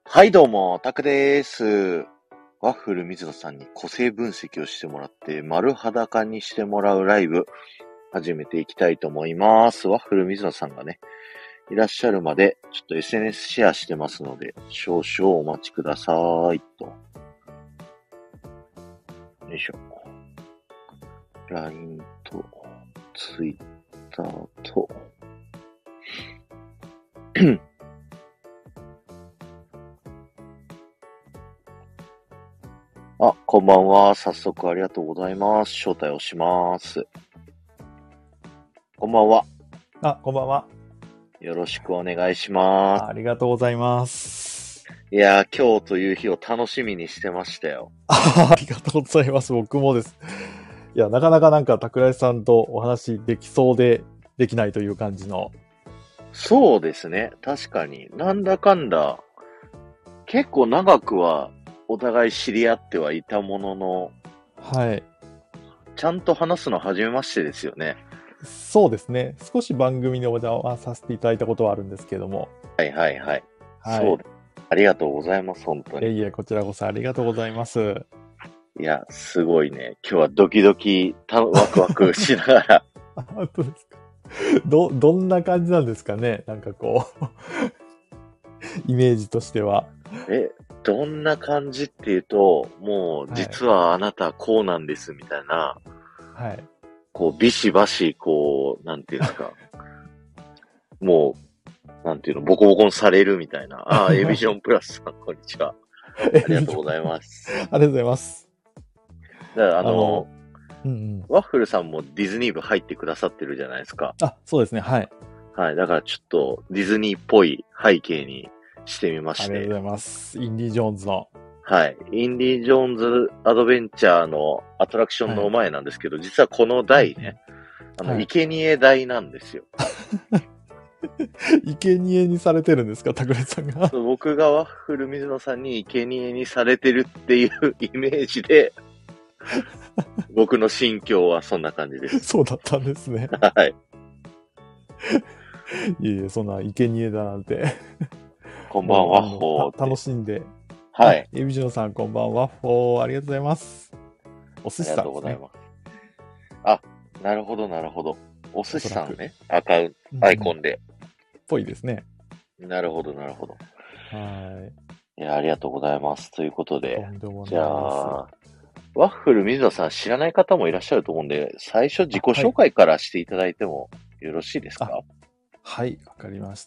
はいどうも、タクです。ワッフル水野さんに個性分析をしてもらって丸裸にしてもらうライブ始めていきたいと思います。ワッフル水野さんがね、いらっしゃるまでちょっと SNS シェアしてますので少々お待ちくださいと。よいしょ。LINE と Twitter とあ、こんばんは。早速ありがとうございます。招待をします。こんばんは。 こんばんは。 よろしくお願いします。 ありがとうございます。 いやー、今日という日を楽しみにしてましたよ。 ありがとうございます。僕もです。いや、なかなか桜井さんとお話できそうでできないという感じの。 そうですね。確かに。なんだかんだ、結構長くはお互い知り合ってはいたものの、 はい。 ちゃんと話すの初めましてですよね。 そうですね。少し番組にお邪魔させていただいたことはあるんですけども。 はいはいはい。 はい。 そうです。ありがとうございます、本当に。 こちらこそありがとうございます。 いや、すごいね。今日はドキドキ、ワクワクしながら。 本当ですか。どんな感じなんですかね。イメージとしては。 どんな感じっていうと、もう、 はい。 実はあなたこうなんですみたいな、 はい。 こう、ビシバシ、こう、なんていうんですか。もう、なんていうの、ボコボコにされるみたいな。ああ、エビジョンプラスさん、こんにちは。ありがとうございます。 ありがとうございます。 だから、 あの、うんうん。 ワッフルさんもディズニー部入ってくださってるじゃないですか。 そうですね。はい。 はい。だからちょっとディズニーっぽい背景にしてみまして。 ありがとうございます。インディ・ジョーンズの。 はい。インディ・ジョーンズ・アドベンチャーのアトラクションはい。 の前なんですけど、実はこの台ね、 はい。 生贄台なんですよ。 生贄にされてるんですか、桜井さんが。 僕がワッフル水野さんに生贄にされてるっていうイメージで、僕の心境はそんな感じです。 そうだったんですね。 はい。 そんな生贄だなんて。 こんばんは、 もう、 ほーって。 楽しんで。 はい。 エビジョンさん、こんばんは。ありがとうございます。お寿司ありがさんですね。 とうございます。あ、なるほど、なるほど。お寿おそらく。 司さんね。アイコうんうん。 ンで。 ぽいですね。 なるほど、なるほど。 はい。 いや、ありがとうございます。ということで。 とんでもじゃないです。 あ、ワッフル水野さん知らない方もいらっしゃると思うんで、最初自己はい。 紹介からしていただいてもよろしいですあ、 か？ はい、わかりました。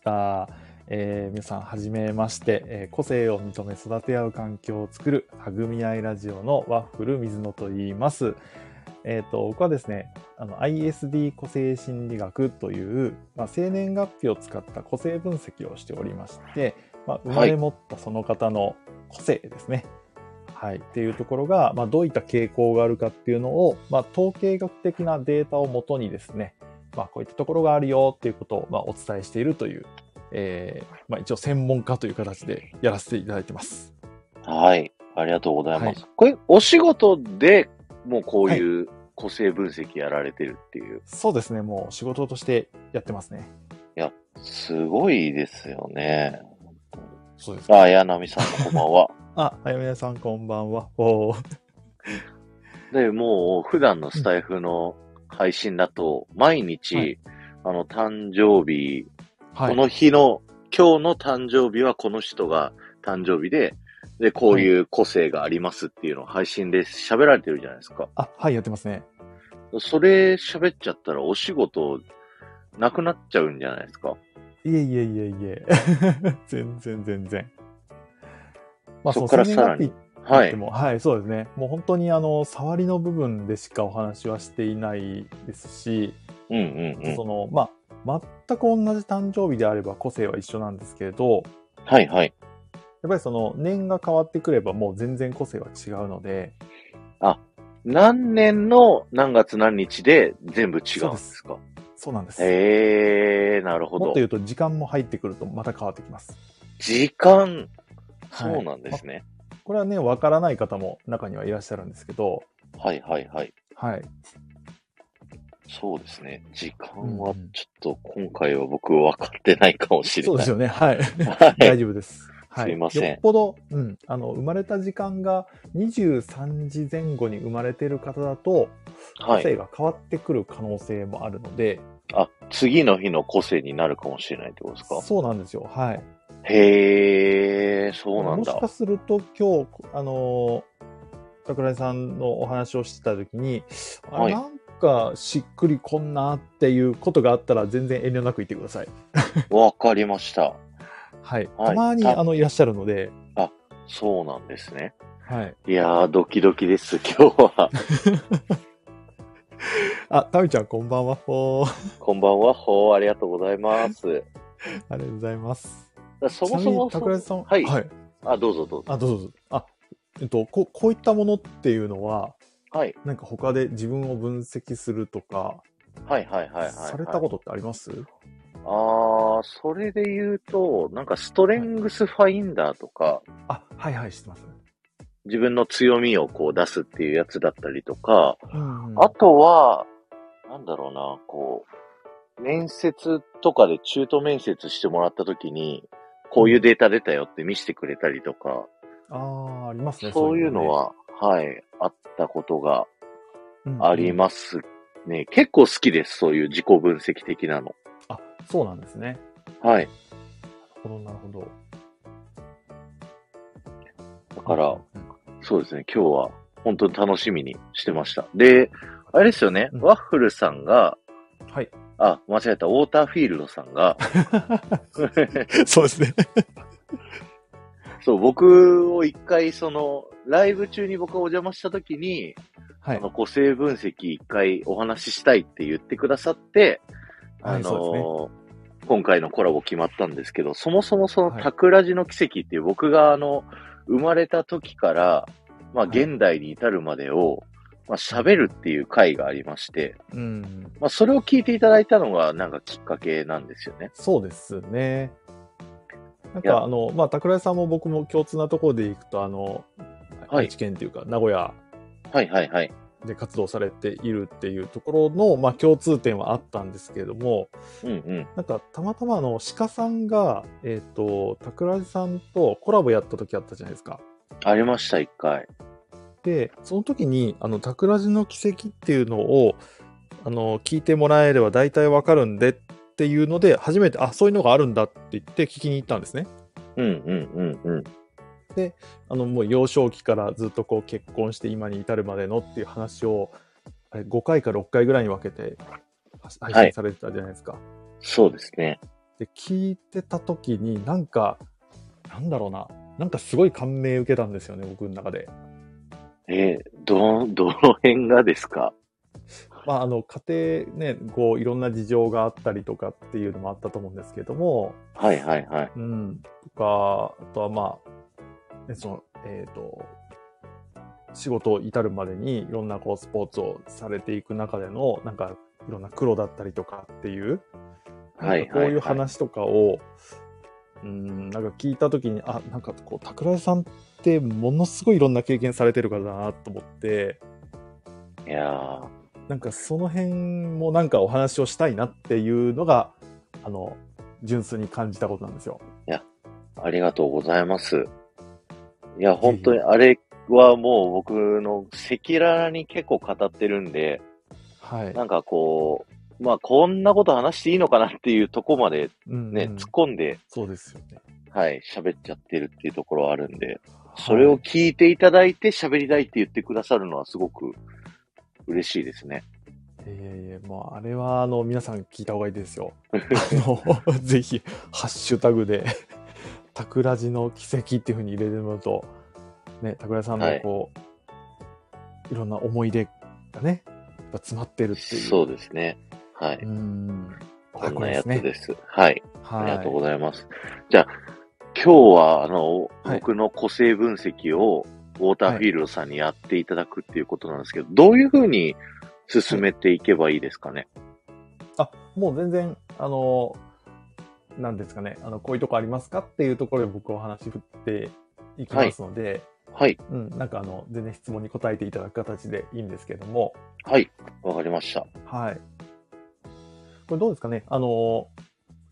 皆さん、はじめまして、個性を認め育て合う環境を作る、はぐみあいラジオのワッフル水野と言います。僕はですね、ISD 個性心理学という、生年月日を使った個性分析をしておりまして、生まはい。 れ持ったその方の個性ですね。はい。っていうところが、どういった傾向があるかっていうのを、統計学的なデータをもとにですね、こういったところがあるよっていうことを、お伝えしているという、一応専門家という形でやらせていただいてます。 はい。ありがとうございはい。 ます。これ、お仕事でもうこうはい。 いう個性分析やられてるっていう。 そうですね。もう仕事としてやってますね。 いや、すごいですよね。 そうですか。 やなみさんもこんばんは。 あやめやさんこんばんは。 で、もう、普段のうん。 スタイフの配信だと、毎はい。 日、誕生日、こはい。 の日の、今日の誕生日はこの人が誕生日で、で、こうはい。 いう個性がありますっていうのを配信で喋られてるじゃないですか。 はい、やってますね。 それ喋っちゃったらお仕事なくなっちゃうんじゃないですか。 いえいえいえいえ。全然全然。そのそっか生年月日ってらさらに。はい。 言っても、はい、そうですね。もう本当に触りの部分でしかお話はしていないですし、 うんうんあうん。 と全く同じ誕生日であれば個性は一緒なんですけれど、 はいはい。 やっぱりその年が変わってくればもう全然個性は違うので、 あ、何年の何月何日で全部違そうです。 うんですか？ そうなんです。 へえ、なるほもっとど。 言うと時間も入ってくるとまた変わってきます。 時間。 はい。 そうなんですね。 これはね、わからない方も中にはいらっしゃるんですけど、 はいはいはい。 はい。 そうですね。時うんう間はん。 ちょっと今回は僕分かってないかもしれない。 そうですよね。はい。 は大い。 丈夫です。 すいません。 よっぽど、生まれた時間が23時前後に生まれてる方だと、個性が変わってくる可能性もあるので、 次の日の個性になるかもしれないってことですか？ そうなんですよ。はい。 へー、そうなんだ。 もしかすると今日、桜井さんのお話をしてた時に、 はい。 なんかしっくりこんなっていうことがあったら全然遠慮なく言ってください。 わかりました。 はい。たはい。 まにいらっしゃるので、 そうなんですね。 はい。 いやー、ドキドキです、今日は。 タミちゃんこんばんは。 こんばんは、ありがとうございます。 ありがとうございます。 そちなみに、 もそも桜井さん、 はい。 はい。 どうぞどうぞ。 どうぞ。こういったものっていうのは、 はい。 なんか他で自分を分析するとか、 はいはいはいはいされはい。 たことってあります？ それで言うと、なんかストレはい。 ングスファインダーとか、 はいはい、知ってます。 自分の強みをこう出すっていうやつだったりとか、 うんうん。 あとは、なんだろうな、こう、面接とかで中途面接してもらった時に、こういうデータ出たよって見せてくれたりとか、 ありますね、そうそういうのがね。 いうのは、はい、あったことがありうんうん。 ますね。結構好きです、そういう自己分析的なの。 そうなんですね。 はい。 なるほど。 だから、 うんうんそうですね、今日は本当に楽しみにしてました。で、あれですよね、 うん。 ワッフルさんが、 はい。 間違えた、ウォーターフィールドさんが、 そうですね。 そう、僕を一回、ライブ中に僕がお邪魔した時に、 はい。 個性分析一回お話ししたいって言ってくださって、 はい、そうですね。 今回のコラボ決まったんですけど、そもそもそのはい。 タクラジの奇跡っていう僕が生まれた時から、 はい。 現代に至るまでを、 うん。 喋るっていう回がありまして、 うん。 それを聞いていただいたのがなんかきっかけなんですよね。 そうですね。なんいや、 か桜井さんも僕も共通なところでいくと、愛はい。 知県っていうか、名古屋はいはいはい。 で活動されているっていうところの、共通点はあったんですけれども、 うんうん。 なんかたまたま鹿さんが、桜井さんとコラボやった時あったじゃないですか。 ありました、一回。 で、その時に、桜地の奇跡っていうのを、聞いてもらえれば大体わかるんでっていうので、初めて、そういうのがあるんだって言って聞きに行ったんですね。 うんうんうんうん。 で、もう幼少期からずっとこう結婚して今に至るまでのっていう話を、5回か6回ぐらいに分けて配はい。 信されてたじゃないですか。 そうですね。 で、聞いてた時になんか、なんだろうな、なんかすごい感銘受けたんですよね、僕の中で。 どの辺がですか？ 家庭ね、こう、いろんな事情があったりとかっていうのもあったと思うんですけども、 はいはいはい。 うん、とか、あとはね仕事を至るまでにいろんなこうスポーツをされていく中での、なんかいろんな苦労だったりとかっていう、なんはいかこういうはいはい。 話とかを、なんか聞いたときに、なんかこう、桜井さんってものすごいいろんな経験されてる方だなと思って、 いやー、 なんかその辺もなんかお話をしたいなっていうのが、あの、純粋に感じたことなんですよ。 いや、ありがとうございます。いや、本当にぜひ。 あれはもう僕の赤裸々に結構語ってるんで、 はい。 なんかこう、こんなこと話していいのかなっていうとこまでうんうね、突っん。 込んで、 そうですよね。 はい、喋っちゃってるっていうところはあるんで、それをはい。 聞いていただいて喋りたいって言ってくださるのはすごく嬉しいですね。 もうあれは皆さん聞いた方がいいですよ。ぜひ、ハッシュタグで、タクラジの奇跡っていう風に入れてもらうと、ね、桜井さんはい。 のこう、いろんな思い出がね、やっぱ詰まってるっていう。 そうですね。はい。こんなやこれですね。 つです。はい。ありがとうごはい。 ざいます。じゃあ、今日は、 はい。 僕の個性分析を、ウォーターはい。 フィールドさんにやっていただくっていうことなんですけど、どういうふうにはい。 進めていけばいいですかね。 もう全然、なんですかね、こういうとこありますかっていうところで僕お話振っていきまはい。 すので、 はい。 なんか全然質問に答えていただく形でいいんですけども、 はい。わかりました。 はい。これどうですかね、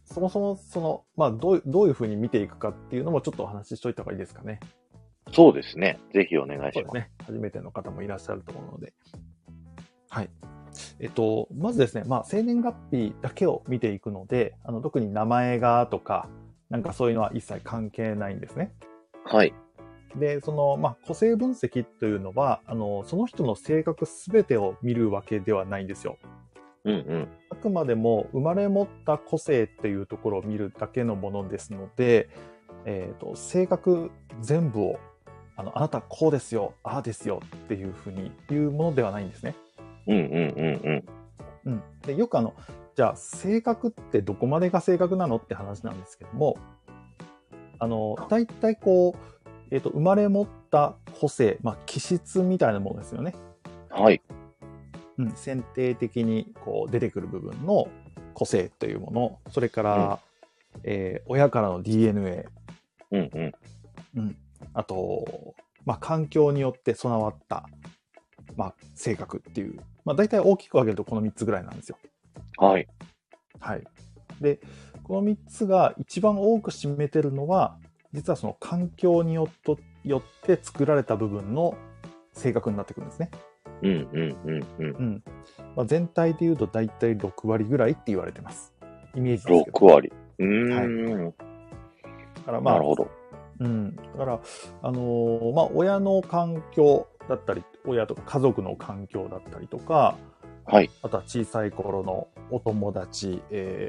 そもそもまあどういうふうに見ていくかっていうのもちょっとお話ししといた方がいいですかね。 そうですね。ぜひお願いします。 そうですね。初めての方もいらっしゃると思うので。はい。まずですね、まあ、生年月日だけを見ていくので、特に名前がとか、なんかそういうのは一切関係ないんですね。 はい。 で、まあ、個性分析というのは、その人の性格すべてを見るわけではないんですよ。 うんうん。 あくまでも生まれ持った個性っていうところを見るだけのものですので、性格全部を、あなたこうですよ、ああですよっていうふうに言うものではないんですね。 うんうんうんうん。で、よくじゃあ性格ってどこまでが性格なのって話なんですけども、大体こう、生まれ持った個性、まあ、気質みたいなものですよね。 うん。はい。 うん。選定的にこう出てくる部分の個性というもの、それから、親からの DNA、 うんうん。 うん。あと、まあ、環境によって備わった、まあ、性格っていう、まあ、大体大きく分けるとこの3つぐらいなんですよ。 はい。 はい。で、この3つが一番多く占めてるのは、実はその環境によって作られた部分の性格になってくるんですね。 うんうんうんうん。 うん。まあ、全体で言うと大体6割ぐらいって言われてます。イメージですけど。 6割。 はい。だからまあ、 なるほど。 うん。だから、まあ、親の環境だったり、親とか家族の環境だったりとか、 はい。 あとは小さい頃のお友達、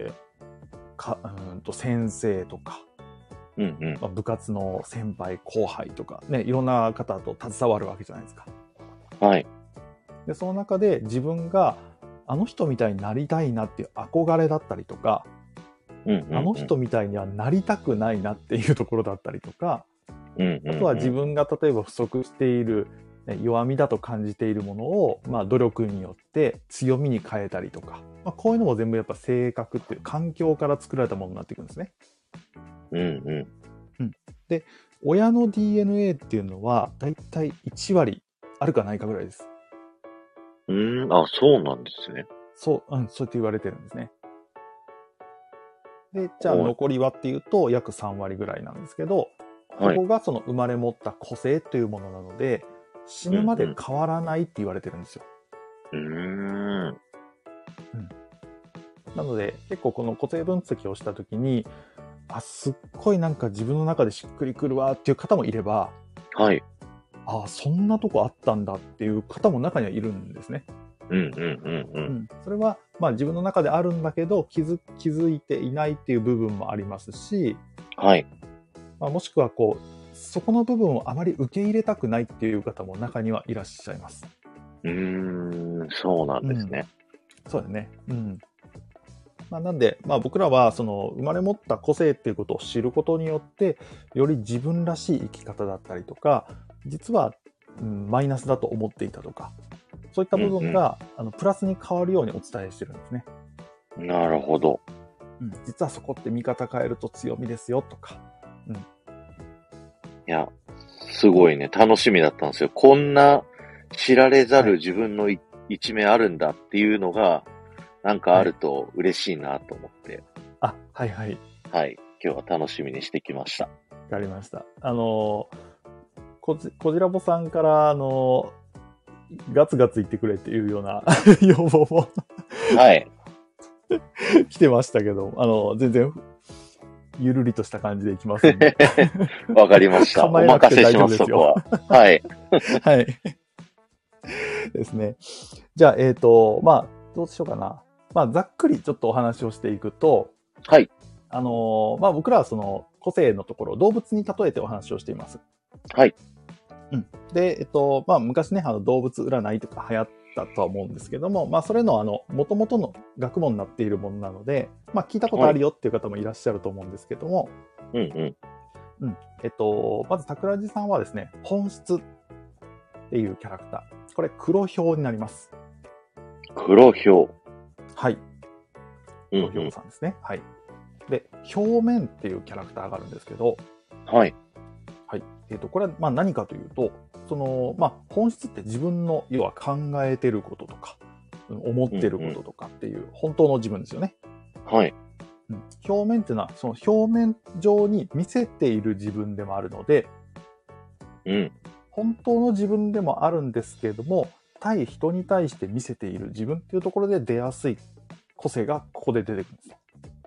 先生とか、 うんうん。 まあ、部活の先輩後輩とかね、いろんな方と携わるわけじゃないですか。 はい。 で、その中で自分があの人みたいになりたいなっていう憧れだったりとか、 うんうんうん。 あの人みたいにはなりたくないなっていうところだったりとか、 うんうんうん。 あとは自分が例えば不足している弱みだと感じているものを、まあ、努力によって強みに変えたりとか、まあ、こういうのも全部やっぱ性格っていう環境から作られたものになっていくんですね。 うんうん。 うん、で、親の DNA っていうのはだいたい1割あるかないかぐらいです。 あ、そうなんですね。 そう、そうやって言われてるんですね。で、じゃあはい。 残りはっていうと約3割ぐらいなんですけど、そはい。 こがその生まれ持った個性というものなので、死ぬまで変わらないって言われてるんですよ。 うん。 うん。なので、結構この個性分析をしたときに、すっごいなんか自分の中でしっくりくるわっていう方もいれば、 はい。 そんなとこあったんだっていう方も中にはいるんですね。 うんうんうんうん。 それは、まあ自分の中であるんだけど、気づいていないっていう部分もありますし、 はい。 まあ、もしくはこう、そこの部分をあまり受け入れたくないっていう方も中にはいらっしゃいます。 そうなんですね。 そうだね。まあ、なんで、まあ、僕らはその生まれ持った個性っていうことを知ることによってより自分らしい生き方だったりとか、実は、マイナスだと思っていたとか、そういった部分が、プラスに変わるようにお伝えしてるんですね。 なるほど。 実はそこって見方変えると強みですよとか。 いや、すごいね、楽しみだったんですよ。こんな知られざる自分の一面あるんだっていうのが、なんかあると嬉しいなと思って。 はいはい。 はい。今日は楽しみにしてきました。 わかりました。こじらぼさんから、ガツガツ言ってくれっていうような要望もはい。 来てましたけど、全然、ゆるりとした感じでいきますんで。 わかりました。お構えなくて任せします、 大丈夫ですよ。 そこは。はい。 はい。ですね。じゃあ、まあ、どうしようかな。まあ、ざっくりちょっとお話をしていくと、 はい。 まあ、僕らはその個性のところを動物に例えてお話をしています。 はい。 で、まあ、昔ね、動物占いとか流行ったとは思うんですけども、まあ、それの元々の学問になっているものなので、まあ、聞いたことあるよっていう方もいらっしゃると思うんですけども、まず、桜地さんはですね、本質っていうキャラクター。これ、黒豹になります。 黒豹。 はい。黒豹さんですね。はい。で、表面っていうキャラクターがあるんですけど、 はい。 はい。これはまあ何かというと、まあ本質って自分の要は考えてることとか、思ってることとかっていう本当の自分ですよね。 はい。 表面っていうのは、その表面上に見せている自分でもあるので、 うん。 本当の自分でもあるんですけれども、対人に対して見せている自分っていうところで出やすい個性がここで出てくるんですよ。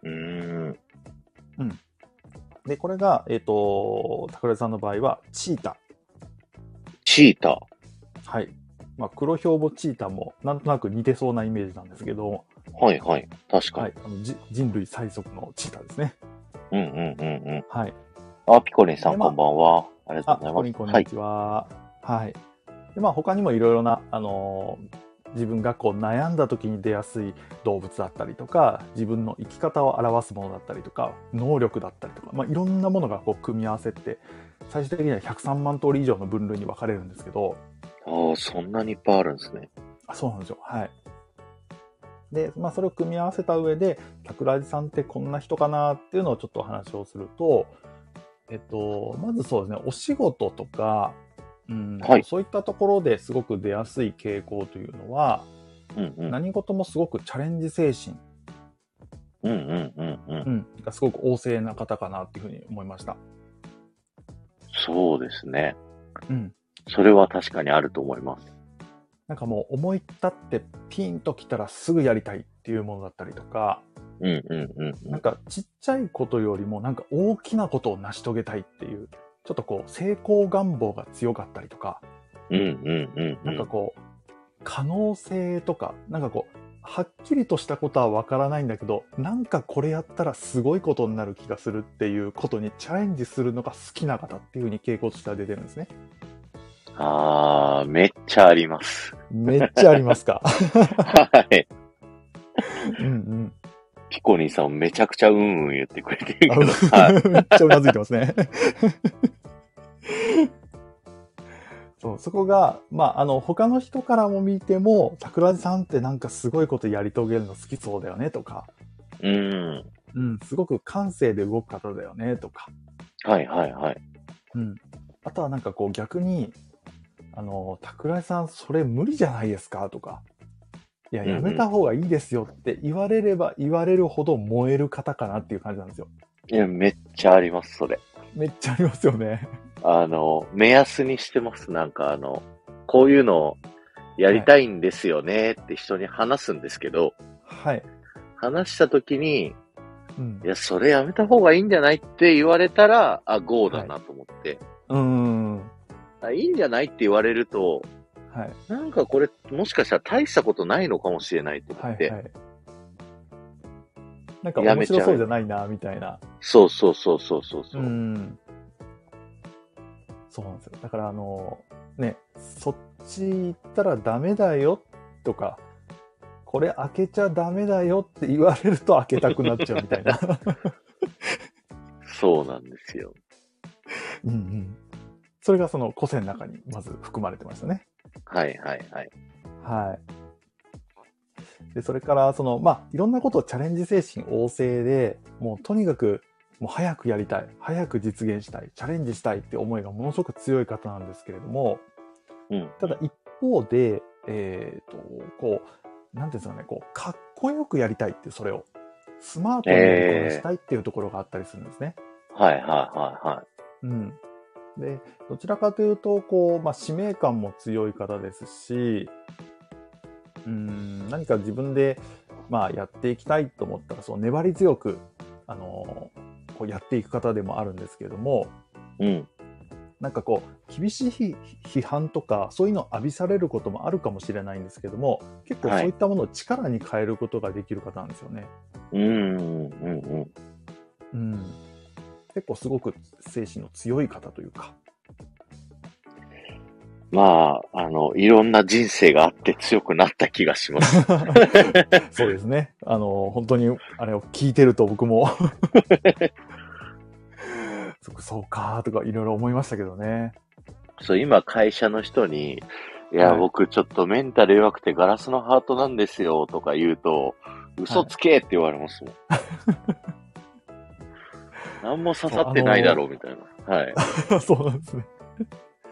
うん。で、これが、桜井さんの場合は、チータ。 チータ。 はい。まあ、黒ひょうぼチータもなんとなく似てそうなイメージなんですけど、 はいはい。確かに。 はい。人類最速のチータですね。 うんうんうんうん。 はい。 あ、ピコリンさん、 でまあこんばんは。ありがとうございます。 ピコリンこんにちは。はい。で、まあ、他にもいろいろな、自分がこう悩んだ時に出やすい動物だったりとか、自分の生き方を表すものだったりとか、能力だったりとか、まあ、いろんなものがこう組み合わせて、最終的には103万通り以上の分類に分かれるんですけど、 ああ、そんなにいっぱいあるんですね。 そうなんですよ。はい。で、まあ、それを組み合わせた上で、桜地さんってこんな人かなっていうのをちょっとお話をすると、まずそうですね、お仕事とか、 はい。 そういったところですごく出やすい傾向というのは、 うんうん。 何事もすごくチャレンジ精神、 うんうんうんうん。 がすごく旺盛な方かなっていうふうに思いました。 そうですね。 うん。 それは確かにあると思います。 なんかもう思い立ってピンときたらすぐやりたいっていうものだったりとか、 うんうんうんうん。 なんかちっちゃいことよりもなんか大きなことを成し遂げたいっていう、ちょっとこう成功願望が強かったりとか、 うんうんうんうん。 なんかこう、可能性とか、なんかこう、はっきりとしたことはわからないんだけど、なんかこれやったらすごいことになる気がするっていうことにチャレンジするのが好きな方っていうふうに傾向としては出てるんですね。 ああ、めっちゃあります。 めっちゃありますか。 はい。 うんうん。 ピコリンさんめちゃくちゃうんうん言ってくれてるあけど、はい。 めっちゃうなずいてますね。そう、そこが、まあ、他の人からも見ても、桜地さんってなんかすごいことやり遂げるの好きそうだよねとか、 うん。 すごく感性で動く方だよねとか、 はいはいはい。 あとはなんかこう逆に、桜井さんそれ無理じゃないですかとか、いや、 うんうん。 やめた方がいいですよって言われれば言われるほど燃える方かなっていう感じなんですよ。 いや、めっちゃあります、それ。 めっちゃありますよね。 目安にしてます。こういうのやりはい。 たいんですよねって人に話すんですけど、 はい。 話した時に、 うん。 いや、それやめた方がいいんじゃないって言われたら、あ、ゴーだはい。 なと思って。 うーん。 いいんじゃないって言われると、 はい。 なんかこれ、もしかしたら大したことないのかもしれないと思はい。 って、 はい。なんかやめちゃう。 面白そうじゃないな、みたいな。 そうそうそうそうそううそう。 ん。そうなんですよ。だからね、そっち行ったらダメだよとか、これ開けちゃダメだよって言われると開けたくなっちゃうみたいな。 そうなんですよ。 うんうん。それがその個性の中にまず含まれてましたね。 はいはいはい。 はい。で、それからまあ、いろんなことをチャレンジ精神旺盛で、もうとにかくもう早くやりたい、早く実現したい、チャレンジしたいって思いがものすごく強い方なんですけれども、 うん。 ただ一方で、こう、なんていうんですかね、こう、かっこよくやりたいっていう、それを、スマートにやりこなしたいっていうところがあったりするんですね。 はいはいはいはい。 うん。で、どちらかというと、こう、まあ、使命感も強い方ですし、何か自分で、まあ、やっていきたいと思ったら、そう、粘り強く、こうやっていく方でもあるんですけれども、 うん。 なんかこう、厳しい批判とか、そういうのを浴びされることもあるかもしれないんですけども、結構はい。 そういったものを力に変えることができる方なんですよね。 うんうんうん。 うん。結構すごく精神の強い方というか。 まあ、いろんな人生があって強くなった気がします。 そうですね。本当に、あれを聞いてると僕もそうかーとかいろいろ思いましたけどね。 そう、今会社の人に、いや、 はい。 僕ちょっとメンタル弱くてガラスのハートなんですよとか言うと、 はい。 嘘つけって言われますもん。何も刺そう、 さってないだろうみたいな。はい。 そうなんですね。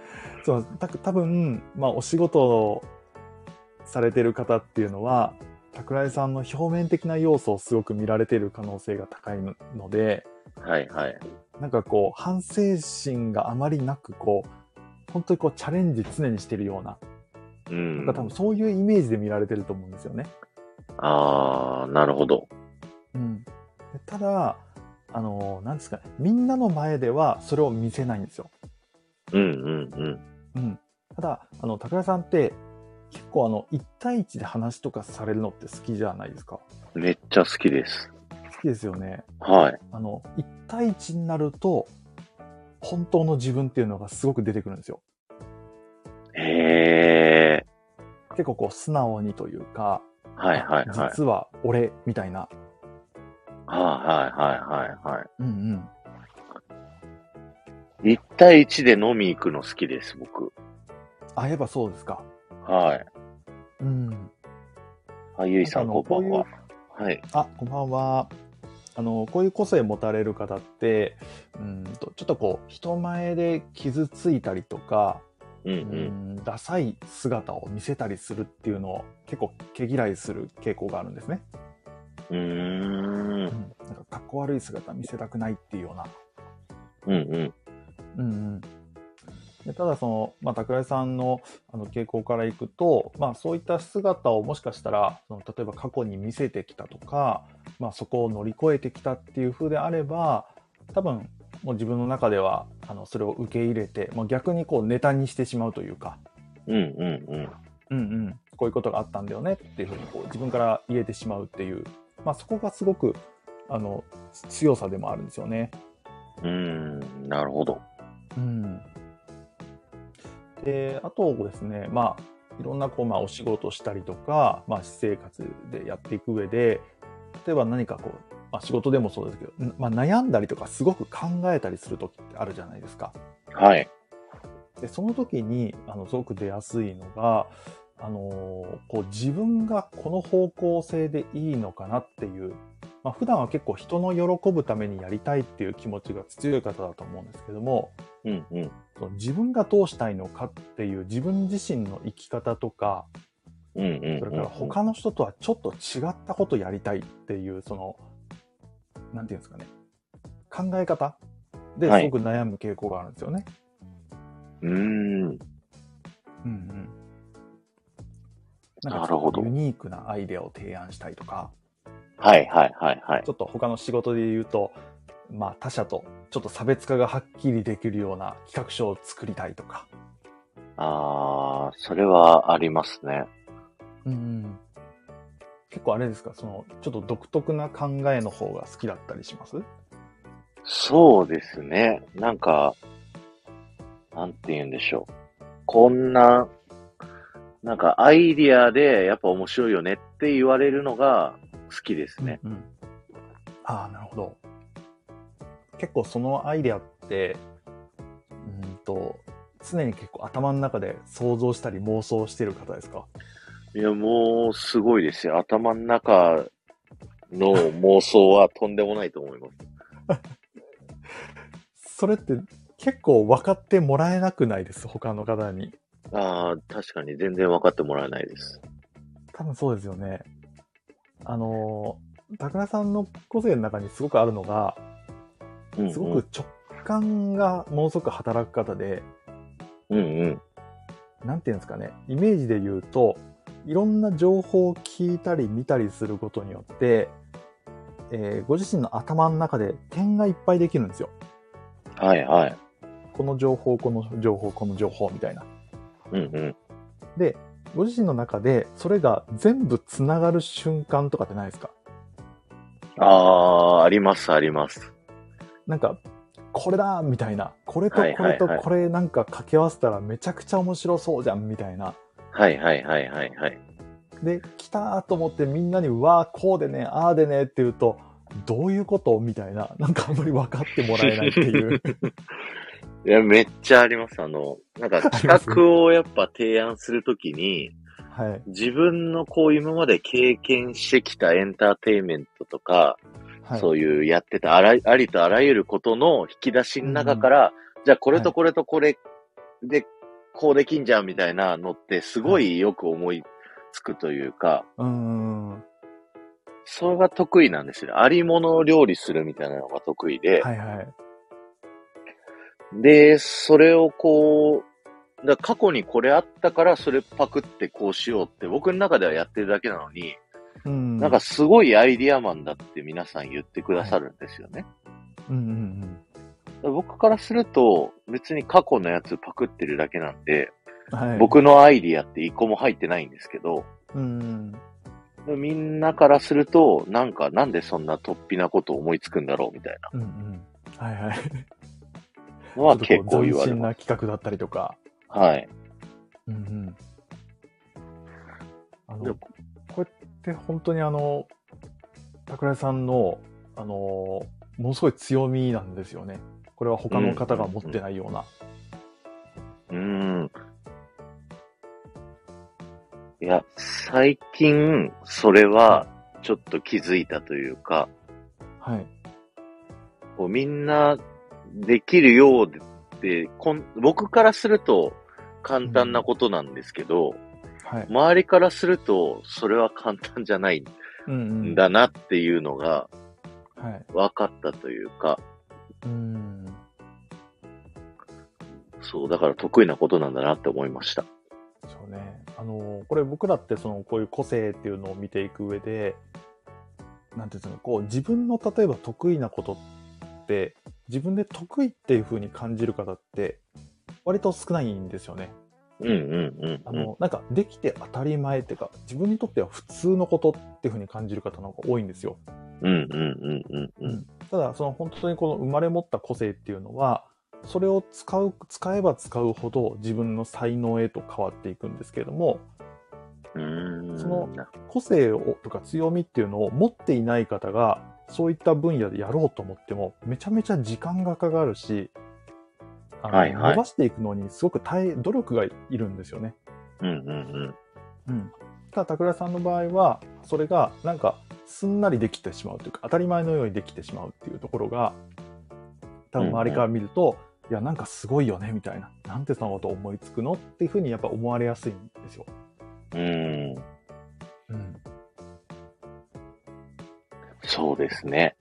そう、多分、まあ、お仕事をされてる方っていうのは、 桜井さんの表面的な要素をすごく見られている可能性が高いので、 はいはい。 なんかこう、反省心があまりなく、こう、本当にこう、チャレンジ常にしてるような、 うなんか多分ん。 そういうイメージで見られてると思うんですよね。 ああ、なるほど。 うん。でただ、なんですかね、みんなの前ではそれを見せないんですよ。 うんうんうん。ただ、高田さんって結構1対1で話とかされるのって好きじゃないですか。 うん。めっちゃ好きです。 好きですよね。 はい。 1対1になると、本当の自分っていうのがすごく出てくるんですよ。 へえ。 結構こう素直にというか、 はいはいはい。 実は俺みたいな。 はいはいはいはい。 うんうん。 1対1で飲み行くの好きです、僕。 あ、やっぱそうですか。 はい。 うん。 あ、ゆいなんかさんこんばんは。 こういう、 はい。 こんばんは。こういう個性持たれる方って、ちょっとこう、人前で傷ついたりとか、 うんダサい姿を見せたりするっていうのを結構毛嫌いする傾向があるんですね。 うん。 なんかかっこ悪い姿見せたくないっていうような。 うんうん。 うんうん。でただ桜井さんの傾向からいくと、そういった姿をもしかしたら例えば過去に見せてきたとか、そこを乗り越えてきたっていう風であれば、多分もう自分の中ではそれを受け入れて、逆にこうネタにしてしまうというか、 うんうんうん。 うんうん、こういうことがあったんだよねっていう風にこう自分から言えてしまうっていう、そこがすごくあの強さでもあるんですよね。 なるほど。 うん。で、あとですね、いろんなこう、お仕事したりとか、私生活でやっていく上で、例えば何かこう、仕事でもそうですけど、悩んだりとかすごく考えたりする時ってあるじゃないですか。 はい。 で、その時に、すごく出やすいのが、こう自分がこの方向性でいいのかなっていう、普段は結構人の喜ぶためにやりたいっていう気持ちが強い方だと思うんですけども、 うんうん。 その自分がどうしたいのかっていう自分自身の生き方とか、 うんうんそれからうんうん。 他の人とはちょっと違ったことやりたいっていう、なんていうんですかね、考え方ですごはい。 く悩む傾向があるんですよね。 うーん。 うんうん。なんかちょっとこうユなるほど。 ニークなアイデアを提案したいとか、 はいはいはいはい。 ちょっと他の仕事で言うと、他社とちょっと差別化がはっきりできるような企画書を作りたいとか。 それはありますね。 うんうん。結構あれですか、ちょっと独特な考えの方が好きだったりします？ そうですね。なんか、なんて言うんでしょう。こんな、なんかアイディアでやっぱ面白いよねって言われるのが好きですね。 うんうん。ああ、なるほど。結構そのアイデアって、常に結構頭の中で想像したり妄想してる方ですか？ いや、もうすごいですよ。頭の中の妄想はとんでもないと思います。 それって結構分かってもらえなくないです？他の方に。 確かに全然分かってもらえないです。 多分そうですよね。高田さんの個性の中にすごくあるのが、 うんすごうん。 く直感がものすごく働く方で、 うんうん。 なんていうんですかね、イメージで言うと、いろんな情報を聞いたり見たりすることによって、ご自身の頭の中で点がいっぱいできるんですよ。 はいはい。 この情報、この情報、この情報みたいな。 うんうん。 で、ご自身の中でそれが全部つながる瞬間とかってないですか？ ありますあります。 なんか、これだみたいな。これとはいこれはいはい。 とこれなんか掛け合わせたらめちゃくちゃ面白そうじゃんみたいな。 はいはいはいはいはい。 で、来たと思ってみんなに、わー、こうでね、ああでねって言うと、どういうことみたいな。なんかあんまり分かってもらえないっていう。 いや、めっちゃあります。なんか企あります。 画をやっぱ提案するときに、 はい。 自分のこう今まで経験してきたエンターテインメントとか、 はい。 そういうやってたありとあらゆることの引き出しのうんうん。 中から、じゃあこれはい。 とこれとこれでこうできんじゃんみたいなのってすごはい。 いよく思いつくというか、 うん。 それが得意なんですよ。ありものを料理するみたいなのが得意で、 はいはい。 で、それをこう、過去にこれあったからそれパクってこうしようって僕の中ではやってるだけなのに、 うん。 なんかすごいアイディアマンだって皆さん言ってくださるんですよね。 うんうん僕からすると別に過去のやつパクってるだけなんで、 うん。はい。 僕のアイディアって一個も入ってないんですけど、 うん。 みんなからすると、なんでそんな突飛なことを思いつくんだろうみたいうんうん。はいはい。 なのはちょっと結構こう斬言われます。 新な企画だったりとか。 はい。 うんうん。 でこれって本当に桜井さんの、ものすごい強みなんですよね。これは他の方が持ってないような。 いや、最近、それは、ちょっと気づいたというか、 はい。 こうみんな、できるようで、僕からすると、簡単なことなんですけど、 はい。 周りからすると、それは簡単じゃないうんうん。 んだなっていうのが、 はい。 分かったというか、そう、だから得意なことなんだなって思いました。 そうね。これ僕らってこういう個性っていうのを見ていく上で、なんていうんですかね、こう自分の例えば得意なことって、自分で得意っていう風に感じる方って、割と少ないんですよね。 うんうんうんうん。 なんかできて当たり前っていうか、自分にとっては普通のことっていう風に感じる方の方が多いんですよ。 うんうんうんうんうん。 ただ、本当にこの生まれ持った個性っていうのは、それを使えば使うほど自分の才能へと変わっていくんですけれども、その個性とか強みっていうのを持っていない方が、そういった分野でやろうと思っても、めちゃめちゃ時間がかかるし、 はいはい。 伸ばしていくのにすごく努力がいるんですよね。 うんうんうん。 ただ、桜さんの場合は、それがなんかすんなりできてしまうというか、当たり前のようにできてしまうっていうところが、多分周りから見ると、いや、なんかすごいよね、みたいな。なんてそのこと思いつくのっていうふうにやっぱ思われやすいんですよ。 そうですね。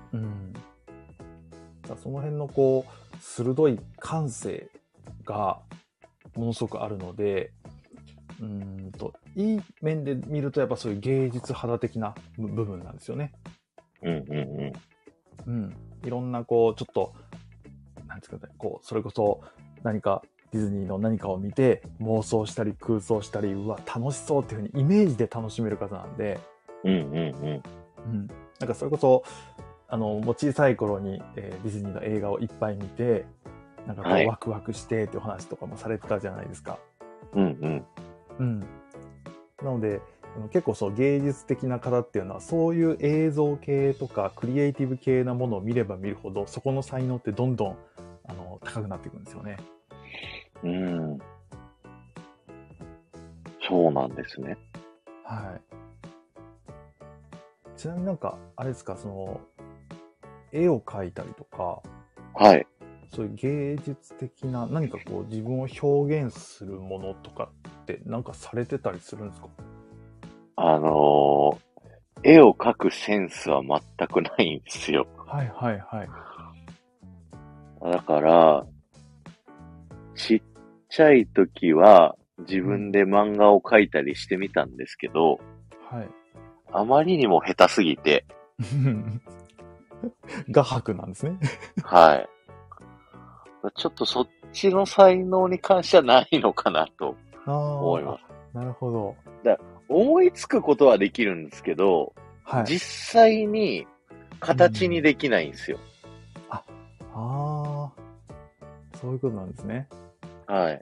その辺のこう、鋭い感性がものすごくあるので、いい面で見るとやっぱそういう芸術肌的な部分なんですよね。いろんなこう、ちょっと、なんですかね、こう、それこそ何かディズニーの何かを見て妄想したり空想したり、うわ、楽しそうっていうふうにイメージで楽しめる方なんで、なんかそれこそ、もう小さい頃に、ディズニーの映画をいっぱい見て、なんかこう、ワクワクしてっていう話とかもされてたじゃないですか。なので、結構そう芸術的な方っていうのはそういう映像系とかクリエイティブ系なものを見れば見るほどそこの才能ってどんどん高くなっていくんですよね。 そうなんですね。 はい。ちなみになんかあれですか、絵を描いたりとか、 はい。 そういう芸術的な何かこう自分を表現するものとかってなんかされてたりするんですか？ 絵を描くセンスは全くないんですよ。 はいはいはい。 だから、ちっちゃい時は自分で漫画を描いたりしてみたんですけど、 はい。 あまりにも下手すぎて、 画伯なんですね。 はい。ちょっとそっちの才能に関してはないのかなと思います。 なるほど。 思いつくことはできるんですけど、 はい。 実際に形にできないんですよ。 そういうことなんですね。 はい。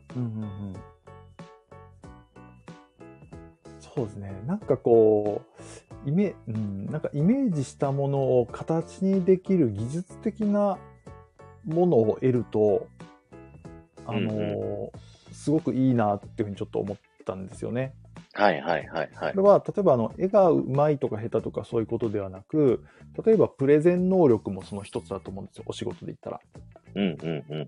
そうですね。なんかこう、なんかイメージしたものを形にできる技術的なものを得ると、すごくいいなっていうふうにちょっと思ったんですよね。 はいはいはいはい。 これは、例えば絵がうまいとか下手とかそういうことではなく、例えばプレゼン能力もその一つだと思うんですよ。お仕事で言ったら。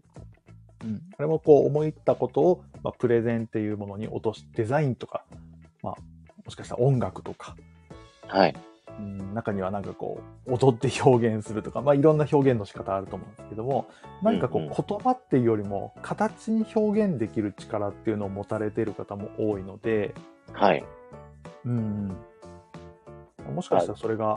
あれもこう思いったことを、プレゼンっていうものに落とし、デザインとかまあ、もしかしたら音楽とか、 はい。 中にはなんかこう、踊って表現するとか、まあいろんな表現の仕方あると思うんですけども、何かこううんうん。 言葉っていうよりも形に表現できる力っていうのを持たれている方も多いので、 はい。 うんうん、もしかあ、 したらそれが、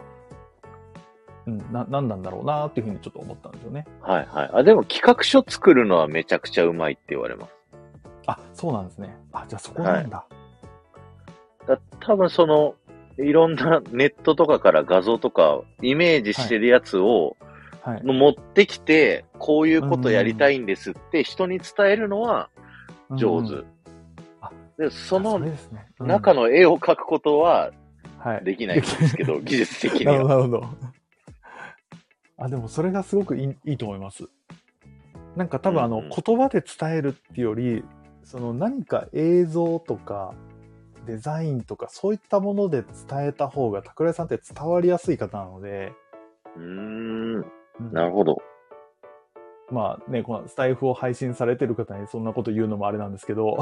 なんなんだろうなっていうふうにちょっと思ったんですよね。 はいはい。あ、でも企画書作るのはめちゃくちゃうまいって言われます。 あ、そうなんですね。あ、じゃあそこなはい。 んだ。 多分いろんなネットとかから画像とかイメージはい。 してるやつをはい。 持ってきて、こういううことやりたん。 いんですって人に伝えるのは上手。 うんうん。あ、 で、 じゃあそれですね。うん。 中の絵を描くことははい。 できないできんですけど、技術的なるほど、 には。 なるほど。あ、でもそれがすごくいいと思います。なんか多分うん言葉で伝えるっていうより、その何か映像とかデザインとかそういったもので伝えた方が桜井さんって伝わりやすい方なので、 うん。 うん、 なるほど。 まあね、このスタイフを配信されてる方にそんなこと言うのもあれなんですけど、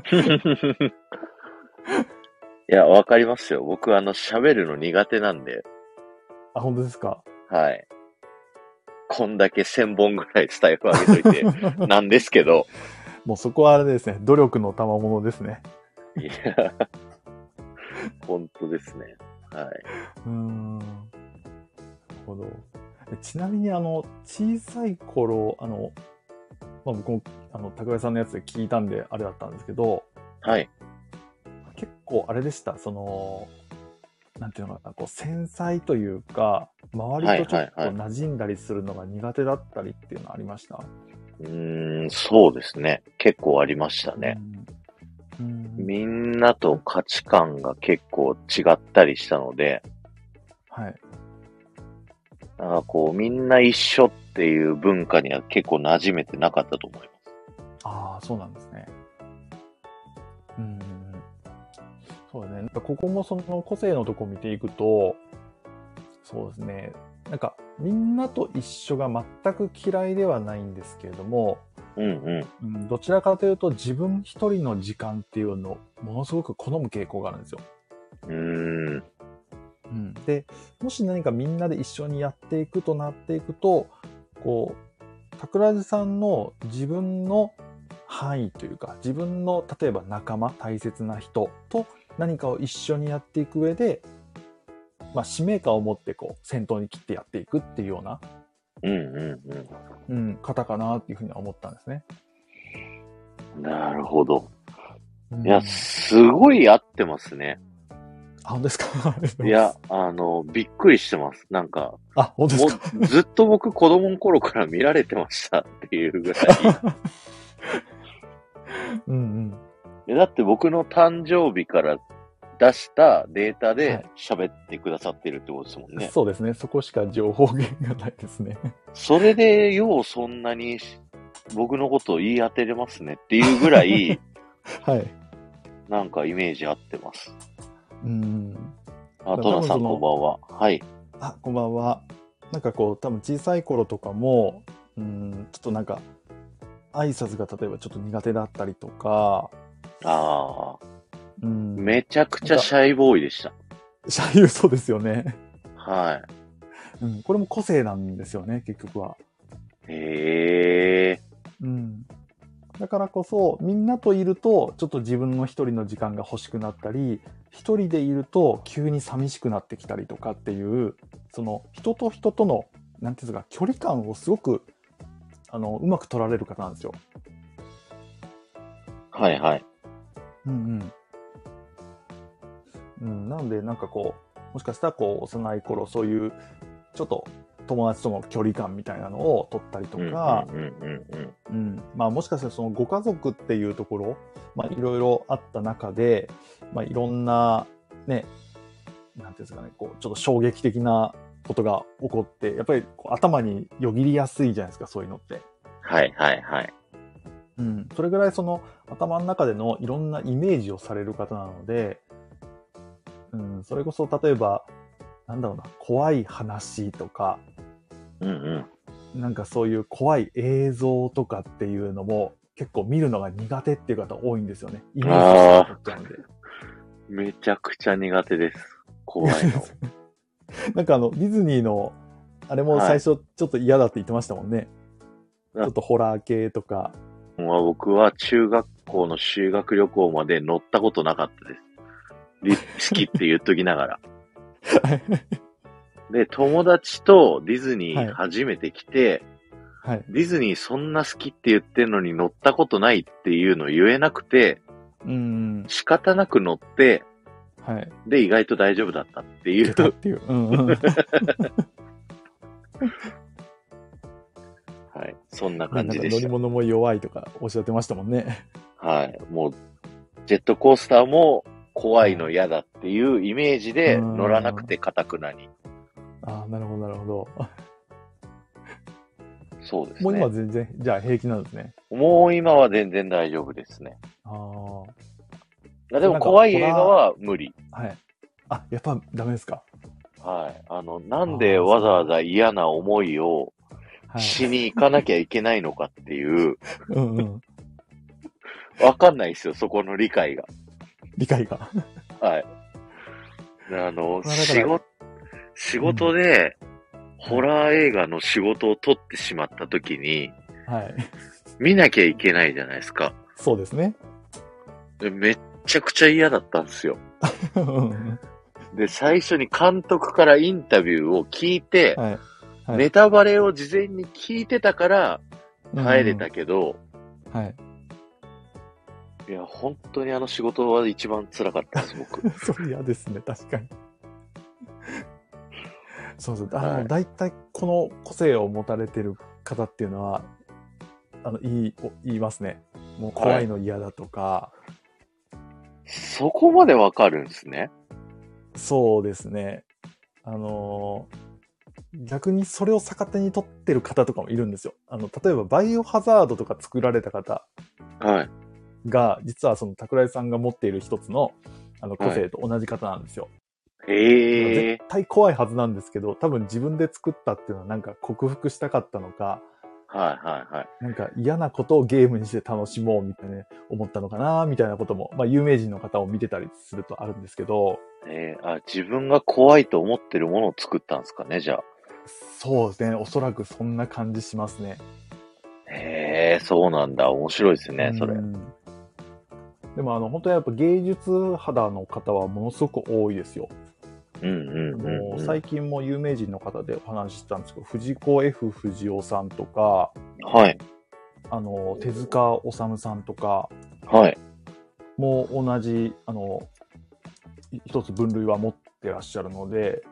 いや、わかりますよ。僕、喋るの苦手なんで、 あ、本当ですか。 はい。こんだけ1000本ぐらいスタイフ上げといて、なんですけど、 もうそこはあれですね、努力の賜物ですね。 いや、本当ですね。はい。 なるほど。ちなみに小さい頃、まあ、僕も桜井さんのやつで聞いたんであれだったんですけど、 はい。 結構あれでした。なんていうのかな、こう繊細というか、周りはい、 とちょっはい、はい。 と馴染んだりするのが苦手だったりっていうのはありました？ そうですね。結構ありましたね。 うん。うん。 みんなと価値観が結構違ったりしたので、 はい。 みんな一緒っていう文化には結構馴染めてなかったと思います。 ああ、そうなんですね。うん。そうですね。なんかここもその個性のとこ見ていくと、そうですね。なんかみんなと一緒が全く嫌いではないんですけれども、 うんうん。 どちらかというと自分一人の時間っていうのをものすごく好む傾向があるんですよ。 うーん。 で、もし何かみんなで一緒にやっていくとなっていくと、こう、桜地さんの自分の範囲というか、自分の例えば仲間、大切な人と何かを一緒にやっていく上で、まあ、使命感を持ってこう先頭に切ってやっていくっていうような、 うんうん方かなっていうふうには思ったんですね。 うん。なるほど。いや、 うん。 すごい合ってますね。 あ、本当ですか？ありがとうございや、 います。 びっくりしてます。なんか、 あ、本当ですか？ ずっと僕子供の頃から見られてましたっていうぐらい。 うんうん。 だって僕の誕生日から出したデータではい。 喋ってくださってるってことですもんね。 そうですね。そこしか情報源がないですね。 それでようそんなに僕のことを言い当てれますねっていうぐらい、 はい。 なんかイメージ合ってます。 うん。 あ、 多トナさんこん分ばんは。はい。 あ、こんばんは。なんかこう、多分小さい頃とかも、ちょっとなんか、挨拶が例えばちょっと苦手だったりとか、 ああ、 うん、 めちゃくなんか、 ちゃシャイボーイでした。 シャイそうですよね。 はこれも個性なんですよね、結局は。 い。へえ。 うん。だからこそ、みんなといると、ちょっと自分の一人の時間が欲しくなったり、一人でいると急に寂しくなってきたりとかっていう、その人と人との、なんていうんですか、距離感をすごく、うまく取られる方なんですよ。 はいはい。 うんうん。なので、なんかこう、もしかしたらこう、幼い頃、そういう、ちょっと友達との距離感みたいなのを取ったりとうんうんか、 うんまあもしかしたらそのご家族っていうところ、まあいろいろあった中で、まあいろんな、ね、なんていうんですかね、こう、ちょっと衝撃的なことが起こって、やっぱりこう頭によぎりやすいじゃないですか、そういうのって。 はいはいはい。 それぐらいその頭の中でのいろんなイメージをされる方なので、それこそ例えば、なんだろうな、怖い話とか、 うんうん。 なんかそういう怖い映像とかっていうのも結構見るのが苦手っていう方多いんですよね。イメージとしてああ、 残っちゃうんで。 めちゃくちゃ苦手です。怖いの。 なんかディズニーの、あれもはい。 最初ちょっと嫌だって言ってましたもんね。ちあょっとホラー系とか。 まあ、僕は中学校の修学旅行まで乗ったことなかったです。好きって言っときながら。で、友達とディズニーはい。 初めて来て、 はい。 ディズニーそんな好きって言ってんのに乗ったことないっていうの言えなくて、仕方なく乗って、 はい。 で、意外と大丈夫だったっていいう。 けたっていう。 はい。そんなね、なんか乗り感じでした。 物も弱いとかおっしゃってましたもんね。 はい。もう、ジェットコースターも怖いはい。 の嫌だっていうイメージうーで乗らなくてん。 かたくなに。 ああ、なるほど、なるほど。もう今そうですね。 全然、じゃあ平気なんですね。 もう今は全然大丈夫ですね。 ああ。 でもそれなんか、 怖い映画は無理。 はい。あ、やっぱダメですか？ はい。なんでああ、 わざわそうなんだ。 ざ嫌な思いをはい。 しに行かなきゃいけないのかっていう、 うんうん。 わかんないですよ、そこの理解が。 理解が。 はい。 まあだから、 仕うん。 事で、 はい。 ホラー映画の仕事を取ってしまった時に、 はい。 見なきゃいけないじゃないですか。 そうですね。 でめっちゃくちゃ嫌だったんですよ。 うんで、最初に監督からインタビューを聞いて、 はい。はい。 ネタバレを事前に聞いてたから耐えれうんうん。 たけど、 はい。 いや、本当にあの仕事は一番辛かったです、僕。 それ嫌ですね、確かに。そうそう。 はい。 大体この個性を持たれてる方っていうのは、言いますね。もうはい。 怖いの嫌だとか、 そこまでわかるんですね。 そうですね。あの逆にそれを逆手に取ってる方とかもいるんですよ。例えばバイオハザードとか作られた方はい。 が、実はその桜井さんが持っている一つの、個はい。 性と同じ方なんですよ。だから絶へえ。 対怖いはずなんですけど、多分自分で作ったっていうのはなんか克服したかったのか、 はいはいはい。 なんか嫌なことをゲームにして楽しもうみたいな思ったのかな、みたいなことも、まあ有名人の方を見てたりするとあるんですけど、 自分が怖いと思ってるものを作ったんですかね、じゃあ。 そうですね。おそらくそんな感じしますね。 へえ、そうなんだ。面白いですうね、それ。 ん。でも本当にやっぱ芸術肌の方はものすごく多いですよ。 うんうんうんう最近も有名人の方でお話ししたんですけど、藤子 F 不二雄さんとか、 ん。はい。 手塚治虫さんとかはい。 も同じ、一つ分類は持ってらっしゃるので、